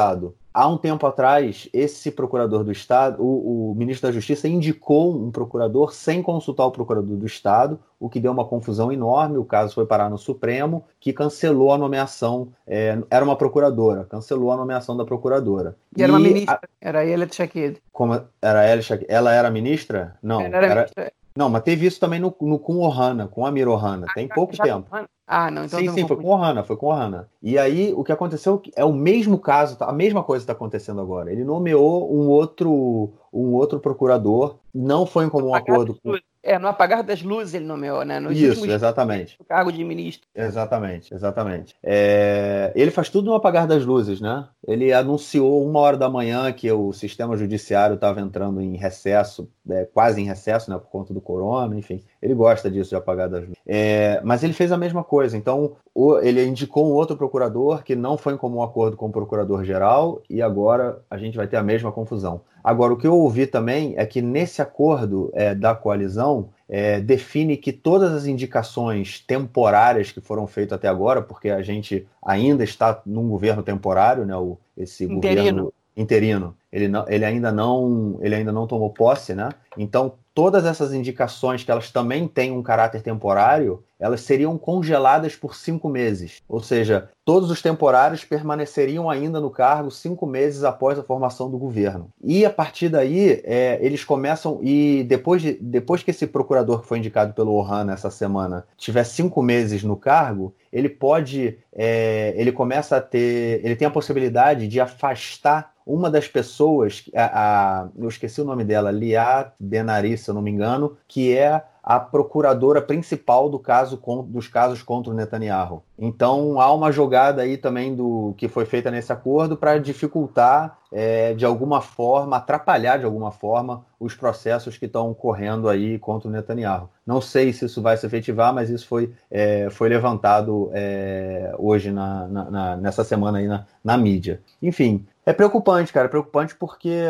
há um tempo atrás, esse procurador do Estado, o, o ministro da Justiça indicou um procurador sem consultar o procurador do Estado, o que deu uma confusão enorme. O caso foi parar no Supremo, que cancelou a nomeação, é, era uma procuradora, cancelou a nomeação da procuradora. E, e era uma ministra, a, era a Eilert Shaked. Como era ela, ela era ministra? Não, ela era, era... ministra. Não, mas teve isso também no, no, com Ohana, com Amir Ohana, tem ah, pouco tempo. Ah, não, então sim, sim, foi com Ohana, foi com Ohana. E aí, o que aconteceu é o mesmo caso, a mesma coisa está acontecendo agora. Ele nomeou um outro, um outro procurador, não foi em comum acordo com... É, no apagar das luzes ele nomeou, né? Nos Isso, exatamente. O cargo de ministro. Exatamente, exatamente. É... Ele faz tudo no apagar das luzes, né? Ele anunciou uma hora da manhã que o sistema judiciário estava entrando em recesso, é, quase em recesso, né? Por conta do corona, enfim. Ele gosta disso, de apagar das luzes. É... Mas ele fez a mesma coisa. Então, o... ele indicou um outro procurador que não foi em comum acordo com o procurador-geral e agora a gente vai ter a mesma confusão. Agora, o que eu ouvi também é que nesse acordo é, da coalizão é, define que todas as indicações temporárias que foram feitas até agora, porque a gente ainda está num governo temporário, né, o, esse interino. governo interino, ele, não, ele, ainda não, ele ainda não tomou posse, né? Então, todas essas indicações, que elas também têm um caráter temporário, elas seriam congeladas por cinco meses. Ou seja, todos os temporários permaneceriam ainda no cargo cinco meses após a formação do governo. E a partir daí, é, eles começam, e depois, de, depois que esse procurador que foi indicado pelo Ohana essa semana tiver cinco meses no cargo, ele pode, é, ele começa a ter, ele tem a possibilidade de afastar uma das pessoas, a, a, eu esqueci o nome dela, Liat Benari, se eu não me engano, que é a procuradora principal do caso, dos casos contra o Netanyahu. Então há uma jogada aí também do que foi feita nesse acordo para dificultar, é, de alguma forma, atrapalhar de alguma forma os processos que estão correndo aí contra o Netanyahu. Não sei se isso vai se efetivar, mas isso foi, é, foi levantado é, hoje, na, na, na, nessa semana aí na, na mídia. Enfim, é preocupante, cara, é preocupante porque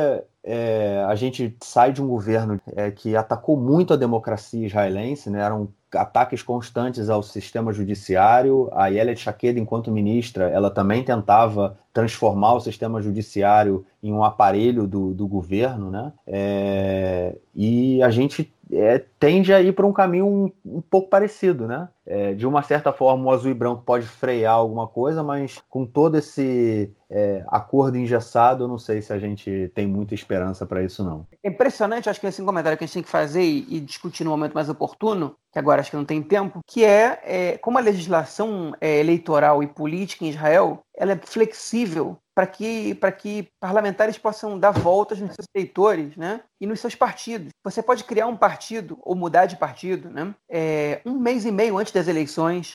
é, a gente sai de um governo é, que atacou muito a democracia israelense, né? Eram ataques constantes ao sistema judiciário. A Eilert Shaked, enquanto ministra, ela também tentava transformar o sistema judiciário em um aparelho do, do governo, né? É, e a gente é, tende a ir para um caminho um, um pouco parecido, né? É, de uma certa forma, o azul e branco pode frear alguma coisa, mas com todo esse é, acordo engessado, eu não sei se a gente tem muita esperança para isso, não. É impressionante, acho que esse comentário que a gente tem que fazer e, e discutir no momento mais oportuno, que agora acho que não tem tempo, que é, é como a legislação é, eleitoral e política em Israel, ela é flexível para que, para que parlamentares possam dar voltas nos seus eleitores, né? E nos seus partidos. Você pode criar um partido ou mudar de partido, né? É, um mês e meio antes das eleições,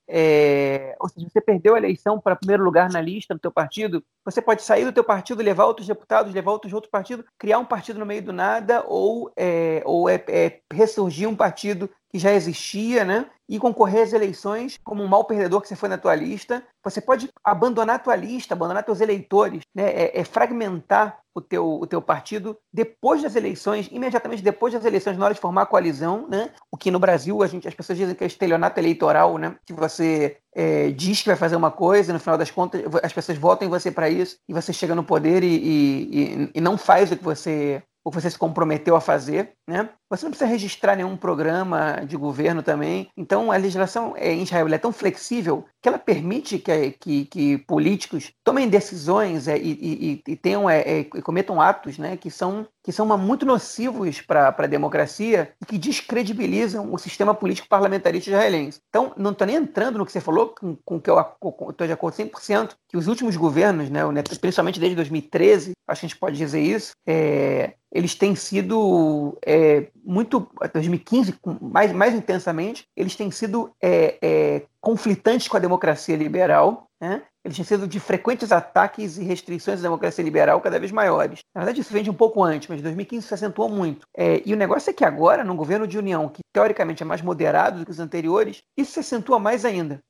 é, ou seja, você perdeu a eleição para primeiro lugar na lista do teu partido, você pode sair do teu partido, levar outros deputados, levar outros de outro partido, criar um partido no meio do nada ou, é, ou é, é, ressurgir um partido que já existia, né? E concorrer às eleições como um mau perdedor que você foi na tua lista. Você pode abandonar a tua lista, abandonar teus eleitores, né? É, é fragmentar o teu, o teu partido depois das eleições, imediatamente depois das eleições, na hora de formar a coalizão, né? O que no Brasil a gente, as pessoas dizem que é estelionato eleitoral, né? Que você é, diz que vai fazer uma coisa e no final das contas as pessoas votam em você para isso e você chega no poder e, e, e, e não faz o que você... ou você se comprometeu a fazer, né? Você não precisa registrar nenhum programa de governo também. Então, a legislação em Israel é tão flexível que ela permite que, que, que políticos tomem decisões é, e, e, e, tenham, é, é, e cometam atos, né, que são, que são muito nocivos para a democracia e que descredibilizam o sistema político parlamentarista israelense. Então, não estou nem entrando no que você falou, com, com que eu estou de acordo cem por cento, que os últimos governos, né, principalmente desde dois mil e treze, acho que a gente pode dizer isso, é, eles têm sido é, muito, dois mil e quinze, mais, mais intensamente, eles têm sido é, é, conflitantes com a democracia liberal, né? Eles têm sido de frequentes ataques e restrições à democracia liberal cada vez maiores. Na verdade, isso vem de um pouco antes, mas em dois mil e quinze se acentuou muito. É, e o negócio é que agora, num governo de união, que teoricamente é mais moderado do que os anteriores, isso se acentua mais ainda, né?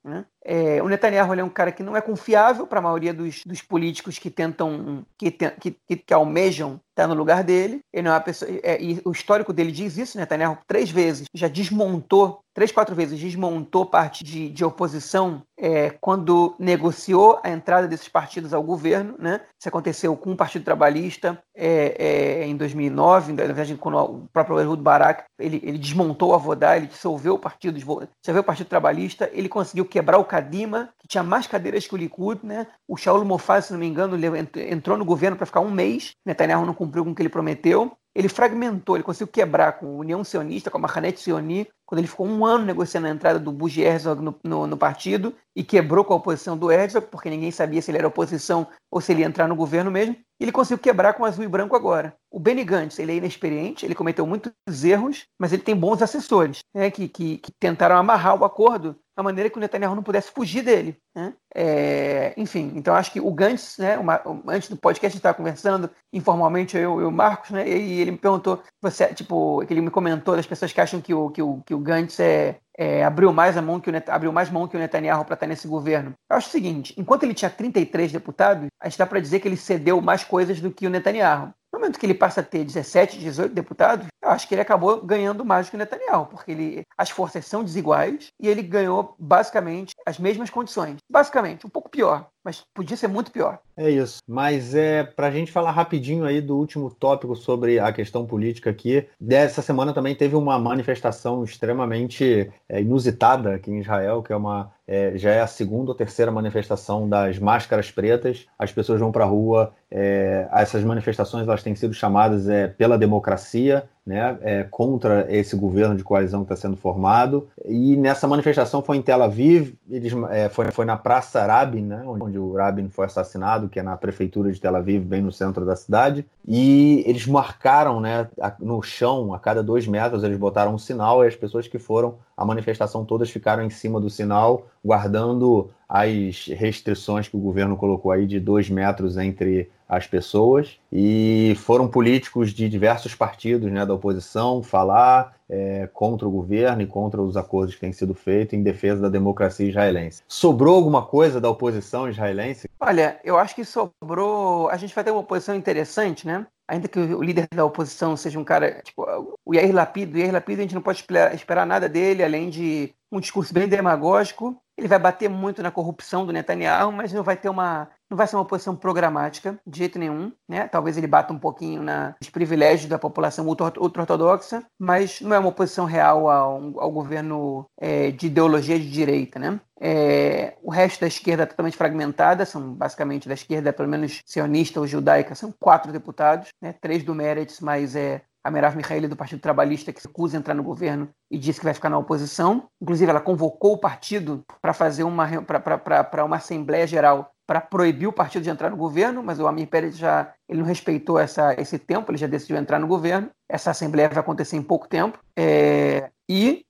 É, o Netanyahu ele é um cara que não é confiável para a maioria dos, dos políticos que tentam, que, que, que, que almejam estar no lugar dele. Ele não é uma pessoa, é, e o histórico dele diz isso. Netanyahu três vezes já desmontou, três, quatro vezes desmontou parte de, de oposição é, quando negociou a entrada desses partidos ao governo, né? Isso aconteceu com o Partido Trabalhista é, é, em dois mil e nove, na verdade, quando o próprio Ehud Barak ele, ele desmontou o Avodá, ele dissolveu o partido, dissolveu o Partido Trabalhista, ele conseguiu quebrar o Kadima, que tinha mais cadeiras que o Likud, né? O Shaul Mofaz, se não me engano, entrou no governo para ficar um mês. Netanyahu não cumpriu com o que ele prometeu. Ele fragmentou, ele conseguiu quebrar com a União Sionista, com a Mahanet Sioni, quando ele ficou um ano negociando a entrada do Buzzi Herzog no, no, no partido, e quebrou com a oposição do Herzog, porque ninguém sabia se ele era oposição ou se ele ia entrar no governo mesmo. E ele conseguiu quebrar com o azul e branco agora. O Benny Gantz, ele é inexperiente, ele cometeu muitos erros, mas ele tem bons assessores, né, que, que, que tentaram amarrar o acordo da maneira que o Netanyahu não pudesse fugir dele, né? É, enfim, então acho que o Gantz, né, uma, antes do podcast a gente estava conversando informalmente, eu e o Marcos, né, e ele me perguntou, você, tipo, que ele me comentou das pessoas que acham que o, que o, que o Gantz é, é, abriu, mais a mão que o Net, abriu mais mão que o Netanyahu para estar nesse governo. Eu acho o seguinte, enquanto ele tinha trinta e três deputados, a gente dá para dizer que ele cedeu mais coisas do que o Netanyahu. No momento que ele passa a ter dezessete, dezoito deputados, eu acho que ele acabou ganhando mais do que o Netanyahu, porque ele, as forças são desiguais e ele ganhou basicamente as mesmas condições. Basicamente, um pouco pior, mas podia ser muito pior. É isso. Mas é para a gente falar rapidinho aí do último tópico sobre a questão política aqui. Dessa semana também teve uma manifestação extremamente é, inusitada aqui em Israel, que é uma é, já é a segunda ou terceira manifestação das máscaras pretas. As pessoas vão para a rua. É, essas manifestações elas têm sido chamadas é, pela democracia, né, é, contra esse governo de coalizão que está sendo formado. E nessa manifestação foi em Tel Aviv, eles, é, foi, foi na Praça Rabin, né, onde o Rabin foi assassinado, que é na prefeitura de Tel Aviv, bem no centro da cidade. E eles marcaram, né, no chão, a cada dois metros, eles botaram um sinal, e as pessoas que foram à manifestação todas ficaram em cima do sinal, guardando as restrições que o governo colocou aí de dois metros entre as pessoas, e foram políticos de diversos partidos, né, da oposição falar é, contra o governo e contra os acordos que têm sido feitos em defesa da democracia israelense. Sobrou alguma coisa da oposição israelense? Olha, eu acho que sobrou... A gente vai ter uma oposição interessante, né? Ainda que o líder da oposição seja um cara, tipo, o Yair Lapid, o Yair Lapid a gente não pode esperar, esperar nada dele, além de um discurso bem demagógico. Ele vai bater muito na corrupção do Netanyahu, mas não vai ter uma, não vai ser uma oposição programática, de jeito nenhum, né? Talvez ele bata um pouquinho na, nos privilégios da população ultra-ortodoxa, mas não é uma oposição real ao, ao governo é, de ideologia de direita, né? É, o resto da esquerda é totalmente fragmentada, são basicamente da esquerda, pelo menos sionista ou judaica, são quatro deputados, né? Três do Meretz, mas é a Merav Michaeli do Partido Trabalhista, que se recusa a entrar no governo e disse que vai ficar na oposição. Inclusive, ela convocou o partido para fazer uma, para uma Assembleia Geral para proibir o partido de entrar no governo, mas o Amir Pérez já ele não respeitou essa, esse tempo, ele já decidiu entrar no governo. Essa Assembleia vai acontecer em pouco tempo. É, e,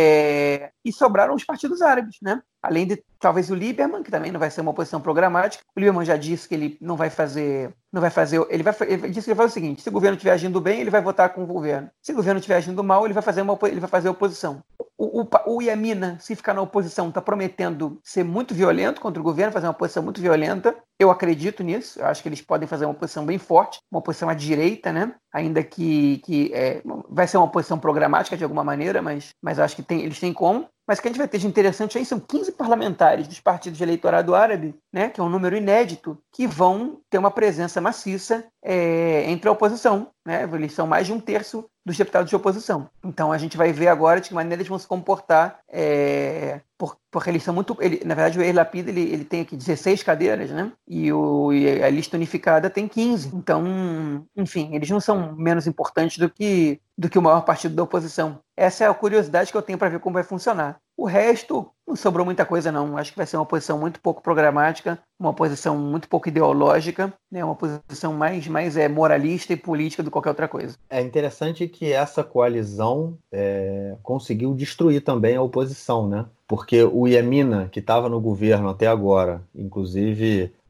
é, e sobraram os partidos árabes, né? Além de talvez o Lieberman, que também não vai ser uma oposição programática. O Lieberman já disse que ele não vai fazer, não vai fazer, ele vai, ele disse que ele vai fazer o seguinte: se o governo estiver agindo bem, ele vai votar com o governo. Se o governo estiver agindo mal, ele vai fazer uma, ele vai fazer oposição. O, o, o Yamina, se ficar na oposição, está prometendo ser muito violento contra o governo, fazer uma oposição muito violenta. Eu acredito nisso. Eu acho que eles podem fazer uma oposição bem forte, uma oposição à direita, né? Ainda que, que é, vai ser uma oposição programática de alguma maneira, mas, mas eu acho que tem, eles têm como. Mas o que a gente vai ter de interessante aí são quinze parlamentares dos partidos de eleitorado árabe, né, que é um número inédito, que vão ter uma presença maciça é, entre a oposição. Né? Eles são mais de um terço dos deputados de oposição. Então a gente vai ver agora de que maneira eles vão se comportar, é, por, porque eles são muito... Ele, na verdade, o Yair Lapid ele, ele tem aqui dezesseis cadeiras, né? E, o, e a lista unificada tem quinze. Então, enfim, eles não são menos importantes do que, do que o maior partido da oposição. Essa é a curiosidade que eu tenho para ver como vai funcionar. O resto, não sobrou muita coisa, não. Acho que vai ser uma oposição muito pouco programática, uma oposição muito pouco ideológica, né? Uma oposição mais, mais é, moralista e política do que qualquer outra coisa. É interessante que essa coalizão é, conseguiu destruir também a oposição, né? Porque o Yamina, que estava no governo até agora, inclusive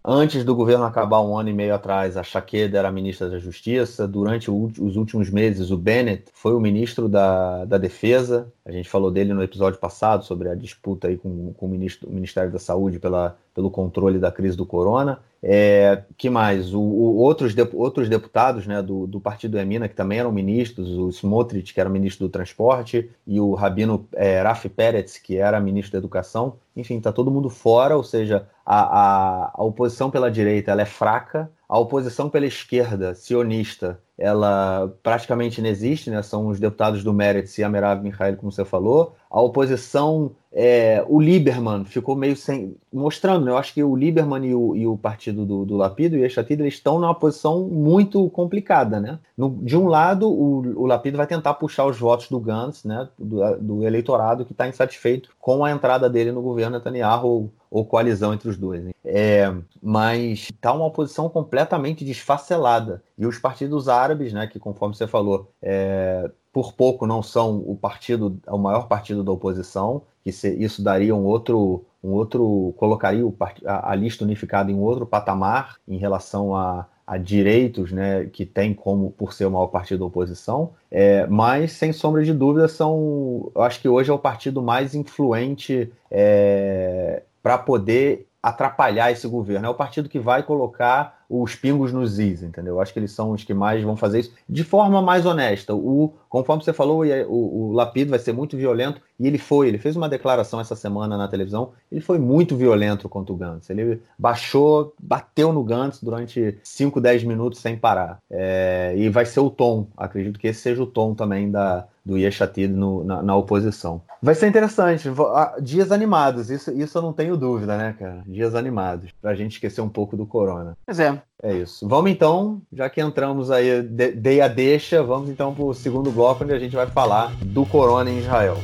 Antes do governo acabar, um ano e meio atrás, a Shaked era a ministra da Justiça. Durante o, os últimos meses, o Bennett foi o ministro da, da Defesa. A gente falou dele no episódio passado sobre a disputa aí com, com o, ministro, o Ministério da Saúde pela, pelo controle da crise do corona. É, que mais? O, o, outros, de, outros deputados, né, do, do partido Emina, que também eram ministros, o Smotrich, que era ministro do Transporte, e o Rabino é, Rafi Peretz, que era ministro da Educação. Enfim, está todo mundo fora, ou seja, a, a, a oposição pela direita ela é fraca, a oposição pela esquerda, sionista, ela praticamente não existe, né? São os deputados do Meretz e a Merav Michael, como você falou. A oposição, é, o Lieberman ficou meio sem... Mostrando, né? Eu acho que o Lieberman e o, e o partido do, do Lapid, o Yesh Atid, eles estão numa posição muito complicada, né? No, de um lado, o, o Lapid vai tentar puxar os votos do Gantz, né? Do, do eleitorado que está insatisfeito com a entrada dele no governo Netanyahu, ou, ou coalizão entre os dois. Né? É, mas está uma oposição completamente desfacelada. E os partidos árabes, né, que conforme você falou, é, por pouco não são o partido, o maior partido da oposição, que se, isso daria um outro, um outro colocaria o, a, a lista unificada em um outro patamar em relação a, a direitos, né, que tem como por ser o maior partido da oposição, é, mas sem sombra de dúvida são, eu acho que hoje é o partido mais influente é, para poder atrapalhar esse governo. É o partido que vai colocar os pingos nos is, entendeu? Eu acho que eles são os que mais vão fazer isso de forma mais honesta. O, conforme você falou, o, o Lapid vai ser muito violento, e ele foi, ele fez uma declaração essa semana na televisão, ele foi muito violento contra o Gantz. Ele baixou, bateu no Gantz durante cinco, dez minutos sem parar. É, e vai ser o tom, acredito que esse seja o tom também da, do Yesh Atid no, na, na oposição. Vai ser interessante, dias animados, isso, isso eu não tenho dúvida, né, cara? Dias animados, pra gente esquecer um pouco do corona. Pois é. É isso. Vamos então, já que entramos aí, de, dei a deixa, vamos então pro segundo bloco, onde a gente vai falar do corona em Israel.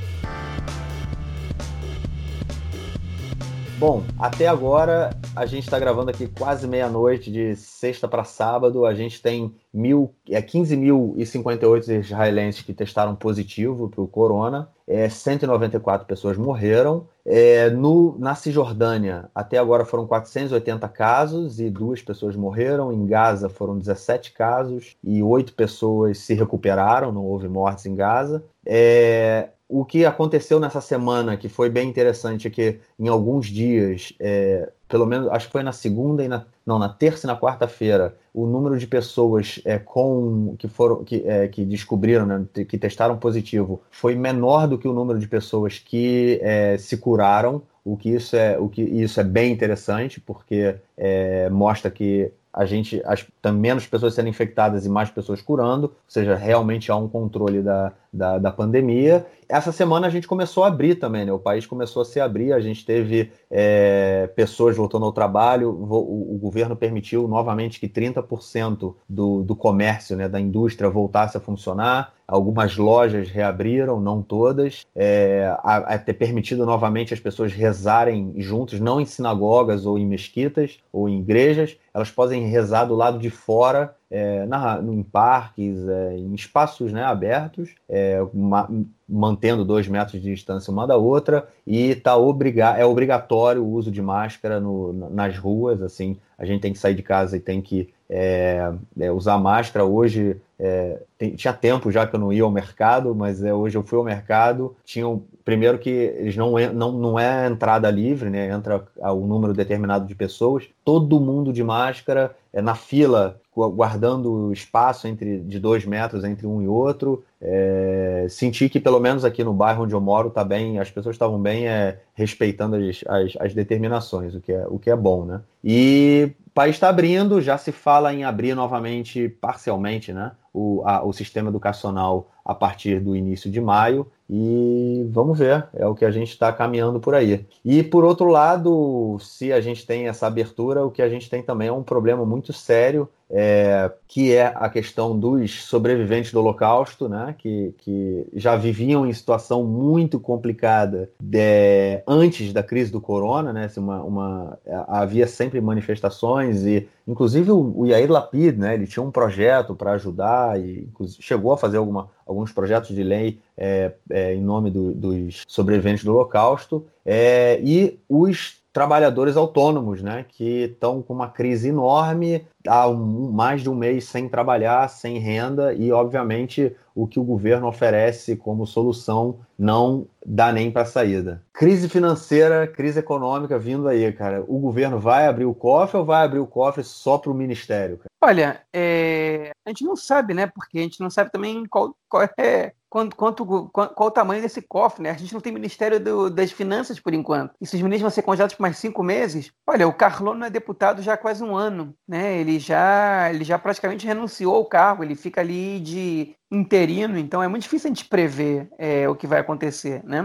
Bom, até agora a gente está gravando aqui quase meia-noite, de sexta para sábado. A gente tem mil, é, quinze mil e cinquenta e oito israelenses que testaram positivo para o corona. É, cento e noventa e quatro pessoas morreram. É, no, na Cisjordânia, até agora foram quatrocentos e oitenta casos e duas pessoas morreram. Em Gaza foram dezessete casos e oito pessoas se recuperaram, não houve mortes em Gaza. É, o que aconteceu nessa semana, que foi bem interessante, é que em alguns dias, é, pelo menos, acho que foi na segunda e na, não, na terça e na quarta-feira, o número de pessoas é, com, que, foram, que, é, que descobriram, né, que testaram positivo, foi menor do que o número de pessoas que é, se curaram, o que isso é, o que isso é bem interessante, porque é, mostra que a gente, as, menos pessoas sendo infectadas e mais pessoas curando, ou seja, realmente há um controle da, da, da pandemia. Essa semana a gente começou a abrir também, né? O país começou a se abrir, a gente teve é, pessoas voltando ao trabalho, o, o governo permitiu novamente que trinta por cento do, do comércio, né, da indústria voltasse a funcionar, algumas lojas reabriram, não todas, é, a, a ter permitido novamente as pessoas rezarem juntos, não em sinagogas ou em mesquitas ou em igrejas, elas podem rezar do lado de fora, é, na, em parques, é, em espaços, né, abertos, é, ma, mantendo dois metros de distância uma da outra, e tá obriga- é obrigatório o uso de máscara no, nas ruas, assim, a gente tem que sair de casa e tem que é, é, usar máscara. Hoje, é, tem, tinha tempo já que eu não ia ao mercado, mas é, hoje eu fui ao mercado, tinham, primeiro que eles não, não, não é entrada livre, né, entra um número determinado de pessoas, todo mundo de máscara, é, na fila, guardando espaço entre, de dois metros entre um e outro. É, senti que pelo menos aqui no bairro onde eu moro tá bem, as pessoas estavam bem é, respeitando as, as, as determinações, o que, é, o que é bom, né? E o país está abrindo, já se fala em abrir novamente parcialmente, né, o, a, o sistema educacional a partir do início de maio, e vamos ver, é o que a gente está caminhando por aí. E por outro lado, se a gente tem essa abertura, o que a gente tem também é um problema muito sério, é, que é a questão dos sobreviventes do Holocausto, né, que, que já viviam em situação muito complicada de, antes da crise do corona, né, uma, uma, havia sempre manifestações, e inclusive o, o Yair Lapid, né, ele tinha um projeto para ajudar, e chegou a fazer alguma, alguns projetos de lei é, é, em nome do, dos sobreviventes do Holocausto, é, e os trabalhadores autônomos, né, que estão com uma crise enorme, há um, mais de um mês sem trabalhar, sem renda, e obviamente o que o governo oferece como solução não dá nem para saída. Crise financeira, crise econômica vindo aí, cara. O governo vai abrir o cofre ou vai abrir o cofre só para o ministério, cara? Olha, é, a gente não sabe, né? Porque a gente não sabe também qual, qual é quanto, quanto, qual, qual o tamanho desse cofre, né? A gente não tem Ministério do, das Finanças por enquanto. E se os ministros vão ser congelados por mais cinco meses, olha, o Carlão não é deputado já há quase um ano, né? Ele já, ele já praticamente renunciou ao cargo, ele fica ali de interino, então é muito difícil a gente prever é, o que vai acontecer, né?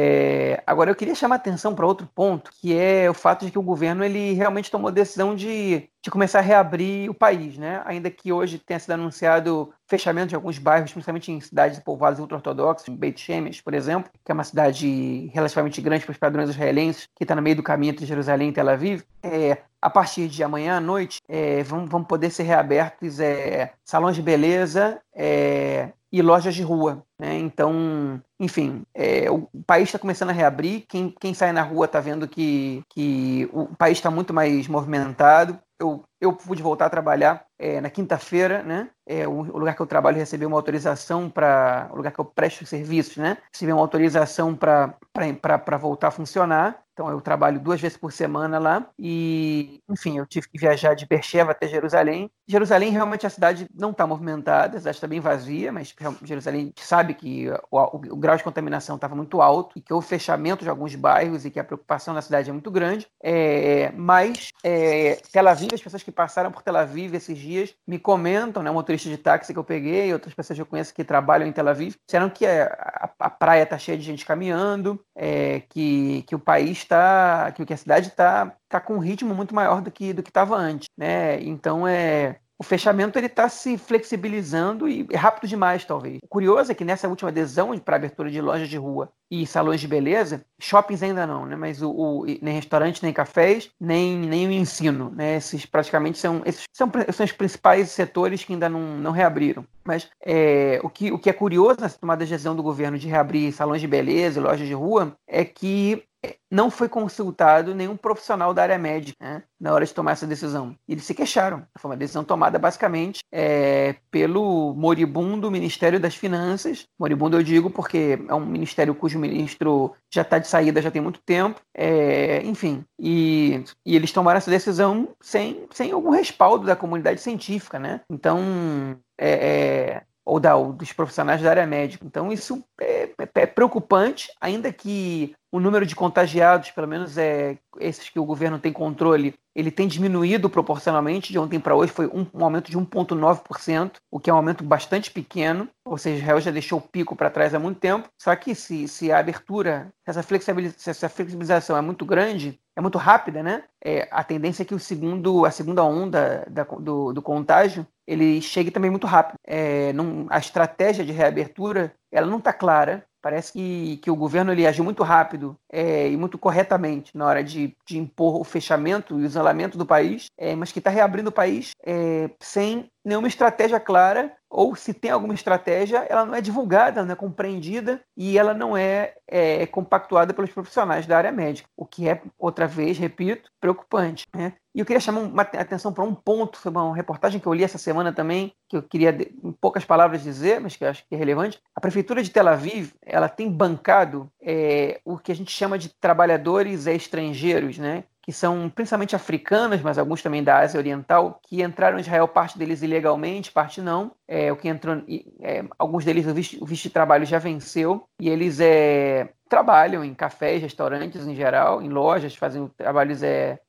É, agora eu queria chamar a atenção para outro ponto, que é o fato de que o governo ele realmente tomou a decisão de, de começar a reabrir o país, né? Ainda que hoje tenha sido anunciado fechamento de alguns bairros, principalmente em cidades povoadas ultra-ortodoxas, em Beit Shemesh, por exemplo, que é uma cidade relativamente grande para os padrões israelenses, que está no meio do caminho entre Jerusalém e Tel Aviv. É, a partir de amanhã à noite, é, vão, vão poder ser reabertos é, salões de beleza é, e lojas de rua, né? Então, enfim, é, o país está começando a reabrir. Quem, quem sai na rua está vendo que, que o país está muito mais movimentado. Eu, eu pude voltar a trabalhar é, na quinta-feira, né? É, o, o lugar que eu trabalho recebeu uma autorização para... O lugar que eu presto serviços, né? Recebeu uma autorização para voltar a funcionar. Então, eu trabalho duas vezes por semana lá e, enfim, eu tive que viajar de Beersheba até Jerusalém. Jerusalém, realmente, a cidade não está movimentada, a cidade está bem vazia, mas Jerusalém sabe que o, o, o grau de contaminação estava muito alto e que houve fechamento de alguns bairros e que a preocupação na cidade é muito grande. É, mas, é, Tel Aviv, as pessoas que passaram por Tel Aviv esses dias me comentam, né, um motorista de táxi que eu peguei, outras pessoas que eu conheço que trabalham em Tel Aviv, disseram que a, a, a praia está cheia de gente caminhando, é, que, que o país está, que a cidade está tá com um ritmo muito maior do que do que estava antes, né? Então é o fechamento ele está se flexibilizando e é rápido demais, talvez. O curioso é que nessa última adesão para abertura de lojas de rua e salões de beleza, shoppings ainda não, né? Mas o, o nem restaurantes, nem cafés, nem, nem o ensino, né? Esses praticamente são esses são, são os principais setores que ainda não, não reabriram. Mas é, o, que, o que é curioso nessa tomada de decisão do governo de reabrir salões de beleza e lojas de rua é que não foi consultado nenhum profissional da área médica, né, na hora de tomar essa decisão. E eles se queixaram. Foi uma decisão tomada basicamente é, pelo moribundo Ministério das Finanças. Moribundo eu digo porque é um ministério cujo ministro já está de saída já tem muito tempo. É, enfim, e, e eles tomaram essa decisão sem, sem algum respaldo da comunidade científica, né? Então, é, é, ou, da, ou dos profissionais da área médica. Então, isso é, é, é preocupante, ainda que o número de contagiados, pelo menos é, esses que o governo tem controle, ele tem diminuído proporcionalmente. De ontem para hoje foi um, um aumento de um vírgula nove por cento, o que é um aumento bastante pequeno, ou seja, Israel já deixou o pico para trás há muito tempo. Só que se, se a abertura, se essa, flexibiliza, se essa flexibilização é muito grande, é muito rápida, né? É, a tendência é que o segundo, a segunda onda da, do, do contágio ele chegue também muito rápido. É, não, a estratégia de reabertura ela não está clara. Parece que, que o governo ele agiu muito rápido é, e muito corretamente na hora de, de impor o fechamento e o isolamento do país, é, mas que está reabrindo o país é, sem nenhuma estratégia clara, ou se tem alguma estratégia, ela não é divulgada, ela não é compreendida e ela não é, é compactuada pelos profissionais da área médica, o que é, outra vez, repito, preocupante, né? E eu queria chamar uma atenção para um ponto, sobre uma reportagem que eu li essa semana também, que eu queria, em poucas palavras, dizer, mas que eu acho que é relevante. A Prefeitura de Tel Aviv, ela tem bancado é, o que a gente chama de trabalhadores estrangeiros, né? Que são principalmente africanos, mas alguns também da Ásia Oriental, que entraram em Israel, parte deles ilegalmente, parte não. É, o que entrou, é, alguns deles o visto, o visto de trabalho já venceu, e eles é, trabalham em cafés, restaurantes em geral, em lojas, fazem trabalhos é,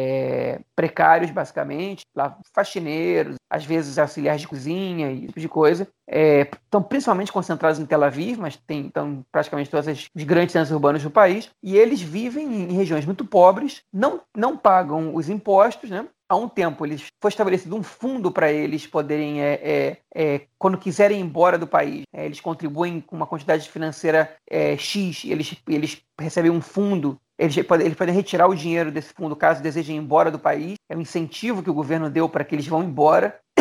é, precários, basicamente, lá, faxineiros, às vezes auxiliares de cozinha e esse tipo de coisa. É, estão principalmente concentrados em Tel Aviv, mas tem então, praticamente todos os grandes centros urbanos do país, e eles vivem em regiões muito pobres, não, não pagam os impostos, né? Há um tempo eles, foi estabelecido um fundo para eles poderem, é, é, é, quando quiserem ir embora do país, é, eles contribuem com uma quantidade financeira é, X, eles, eles recebem um fundo, eles podem, eles podem retirar o dinheiro desse fundo caso desejem ir embora do país, é um incentivo que o governo deu para que eles vão embora.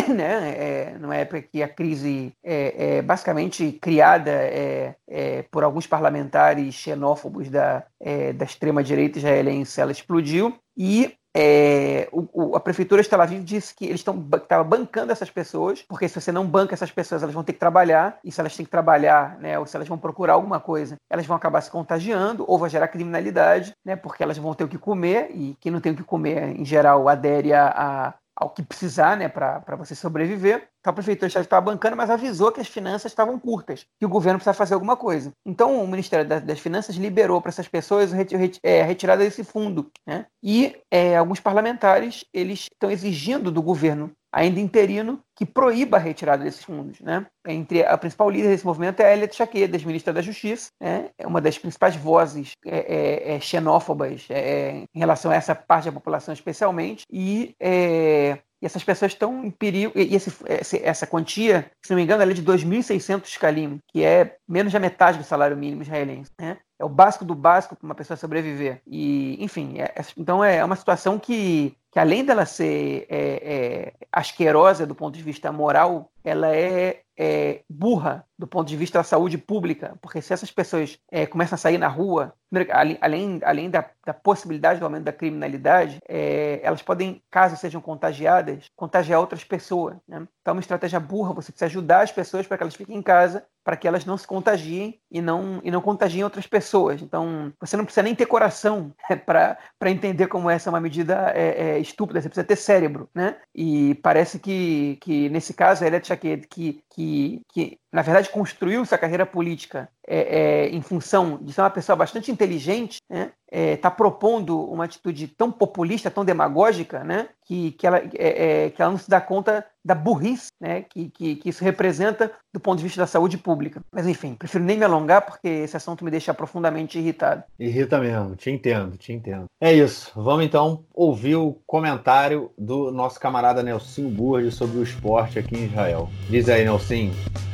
né, é, numa época que a crise é, é basicamente criada é, é, por alguns parlamentares xenófobos da, é, da extrema-direita israelense, ela explodiu e É, o, o, a prefeitura de Tel Aviv disse que eles estavam bancando essas pessoas, porque se você não banca essas pessoas, elas vão ter que trabalhar, e se elas têm que trabalhar, né, ou se elas vão procurar alguma coisa, elas vão acabar se contagiando, ou vai gerar criminalidade, né, porque elas vão ter o que comer, e quem não tem o que comer, em geral, adere a, a ao que precisar, né, para você sobreviver. Então a prefeitura estava bancando, mas avisou que as finanças estavam curtas, que o governo precisava fazer alguma coisa. Então o Ministério das Finanças liberou para essas pessoas a retirada desse fundo, né? E é, alguns parlamentares eles estão exigindo do governo, ainda interino, que proíba a retirada desses fundos, né? Entre a principal líder desse movimento é a Ayelet Shaked, ex-ministra da Justiça, né? É uma das principais vozes é, é, é, xenófobas é, em relação a essa parte da população especialmente, e, é, e essas pessoas estão em perigo, e esse, essa quantia, se não me engano, ela é de dois mil e seiscentos shkalim, que é menos da metade do salário mínimo israelense, né? É o básico do básico para uma pessoa sobreviver. E, enfim, é, então é uma situação que, que além dela ser é, é, asquerosa do ponto de vista moral, ela é, é burra do ponto de vista da saúde pública, porque se essas pessoas é, começam a sair na rua, além, além da, da possibilidade do aumento da criminalidade, é, elas podem, caso sejam contagiadas, contagiar outras pessoas, né? Então é uma estratégia burra, você precisa ajudar as pessoas para que elas fiquem em casa, para que elas não se contagiem e não, e não contagiem outras pessoas. Então, você não precisa nem ter coração é, para entender como essa é uma medida é, é, estúpida, você precisa ter cérebro, né? E parece que, que nesse caso, a Ayelet Shaked, que, que, que na verdade construiu sua carreira política é, é, em função de ser uma pessoa bastante inteligente, né? Está é, propondo uma atitude tão populista, tão demagógica, né? que, que, ela, é, é, que ela não se dá conta da burrice, né? que, que, que isso representa do ponto de vista da saúde pública. Mas, enfim, prefiro nem me alongar porque esse assunto me deixa profundamente irritado. Irrita mesmo, te entendo, te entendo. É isso, vamos então ouvir o comentário do nosso camarada Nelsinho Burdi sobre o esporte aqui em Israel. Diz aí, Nelsinho.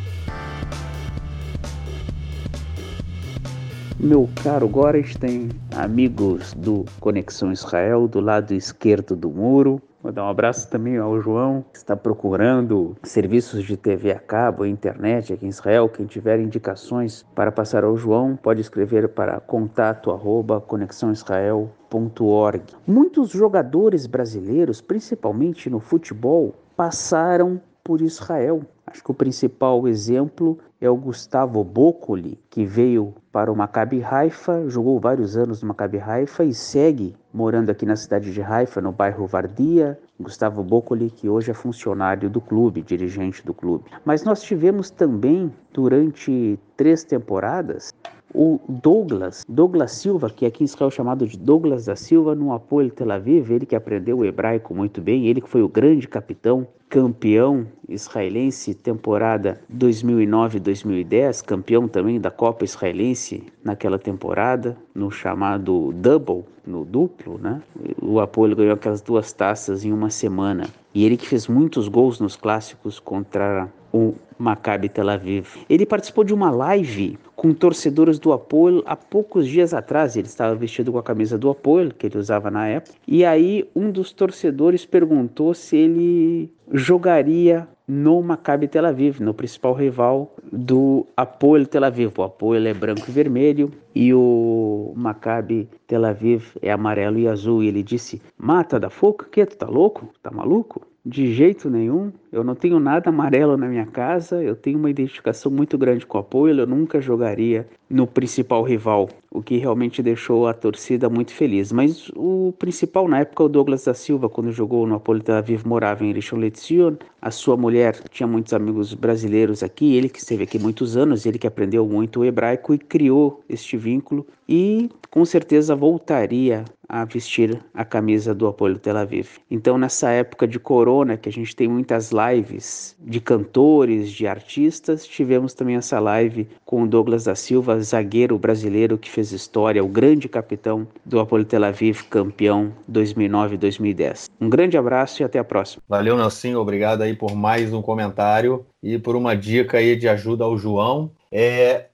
Meu caro Gorenstein, amigos do Conexão Israel, do lado esquerdo do muro. Vou dar um abraço também ao João, que está procurando serviços de T V a cabo e internet aqui em Israel. Quem tiver indicações para passar ao João, pode escrever para contato arroba conexão israel ponto org. Muitos jogadores brasileiros, principalmente no futebol, passaram por Israel. Acho que o principal exemplo é o Gustavo Boccoli, que veio para o Maccabi Haifa, jogou vários anos no Maccabi Haifa e segue morando aqui na cidade de Haifa, no bairro Vardia. Gustavo Boccoli, que hoje é funcionário do clube, dirigente do clube. Mas nós tivemos também, durante três temporadas, o Douglas, Douglas Silva, que aqui em Israel é chamado de Douglas da Silva, no Hapoel Tel Aviv, ele que aprendeu o hebraico muito bem, ele que foi o grande capitão, campeão israelense, temporada dois mil e nove dois mil e dez, campeão também da Copa Israelense naquela temporada, no chamado double, no duplo, né? O Hapoel ganhou aquelas duas taças em uma semana. E ele que fez muitos gols nos clássicos contra o Maccabi Tel Aviv. Ele participou de uma live com torcedores do Hapoel há poucos dias atrás. Ele estava vestido com a camisa do Hapoel, que ele usava na época. E aí um dos torcedores perguntou se ele jogaria no Maccabi Tel Aviv, no principal rival do Hapoel Tel Aviv. O Hapoel é branco e vermelho e o Maccabi Tel Aviv é amarelo e azul. E ele disse: "Mata da foca, que tu tá louco? Tá maluco? De jeito nenhum, eu não tenho nada amarelo na minha casa, eu tenho uma identificação muito grande com o Hapoel, eu nunca jogaria no principal rival", o que realmente deixou a torcida muito feliz. Mas o principal na época, o Douglas da Silva, quando jogou no Hapoel Tel Aviv, morava em Rishon LeZion, a sua mulher tinha muitos amigos brasileiros aqui, ele que esteve aqui muitos anos, ele que aprendeu muito o hebraico e criou este vínculo e com certeza voltaria a vestir a camisa do Hapoel Tel Aviv. Então, nessa época de corona, que a gente tem muitas lives de cantores, de artistas, tivemos também essa live com o Douglas da Silva, zagueiro brasileiro que fez história, o grande capitão do Hapoel Tel Aviv, campeão dois mil e nove dois mil e dez. Um grande abraço e até a próxima. Valeu, Nelsinho, obrigado aí por mais um comentário e por uma dica aí de ajuda ao João. É,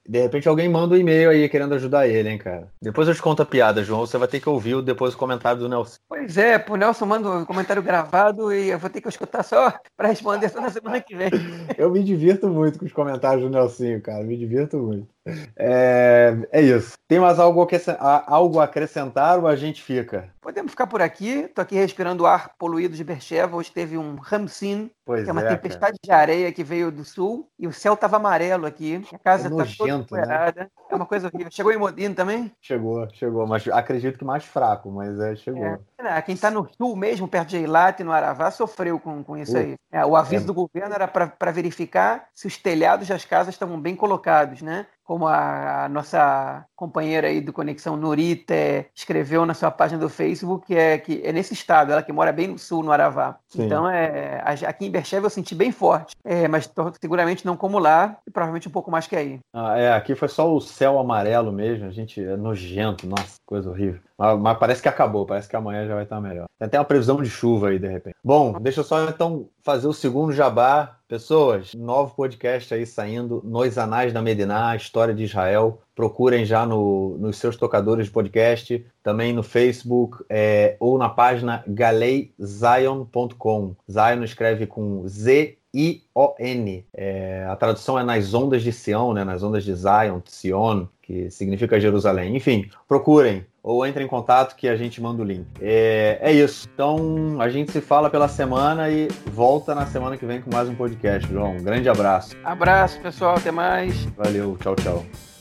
de repente alguém manda um e-mail aí querendo ajudar ele, hein, cara. Depois eu te conto a piada, João. Você vai ter que ouvir depois o comentário do Nelson. Pois é, o Nelson manda um comentário gravado e eu vou ter que escutar só para responder só na semana que vem. Eu me divirto muito com os comentários do Nelsinho, cara. Me divirto muito. É, é isso. Tem mais algo, algo a acrescentar ou a gente fica? Podemos ficar por aqui. Tô aqui respirando o ar poluído de Beersheba. Hoje teve um Ramsin, pois que é uma é, tempestade cara. de areia que veio do sul. E o céu tava amarelo aqui. A casa é tá nojento, toda poeirada. Né? É uma coisa horrível. Chegou em Modino também? Chegou, chegou. Mas acredito que mais fraco, mas é, chegou. É. Quem tá no sul mesmo, perto de Eilat e no Aravá, sofreu com, com isso uh, aí. É, o aviso é. do governo era para verificar se os telhados das casas estavam bem colocados, né? Como a, a nossa companheira aí do Conexão, Nurita, é, escreveu na sua página do Facebook, que é, que é nesse estado, ela que mora bem no sul, no Aravá. Sim. Então, é, aqui em Beersheba eu senti bem forte, é, mas tô, seguramente não como lá, e provavelmente um pouco mais que aí. Ah, é, aqui foi só o céu amarelo mesmo, a gente é nojento, nossa, coisa horrível. Mas, mas parece que acabou, parece que amanhã já vai estar melhor. Tem até uma previsão de chuva aí, de repente. Bom, deixa eu só então fazer o segundo jabá. Pessoas, novo podcast aí saindo, Nos Anais da Mediná, História de Israel. Procurem já no, nos seus tocadores de podcast, também no Facebook é, ou na página galei zion ponto com. Zion escreve com Z I O N. É, a tradução é nas ondas de Sião, né, nas ondas de Zion, Sion, que significa Jerusalém. Enfim, procurem ou entrem em contato que a gente manda o link. É, é isso. Então, a gente se fala pela semana e volta na semana que vem com mais um podcast, João. Um grande abraço. Abraço, pessoal. Até mais. Valeu. Tchau, tchau.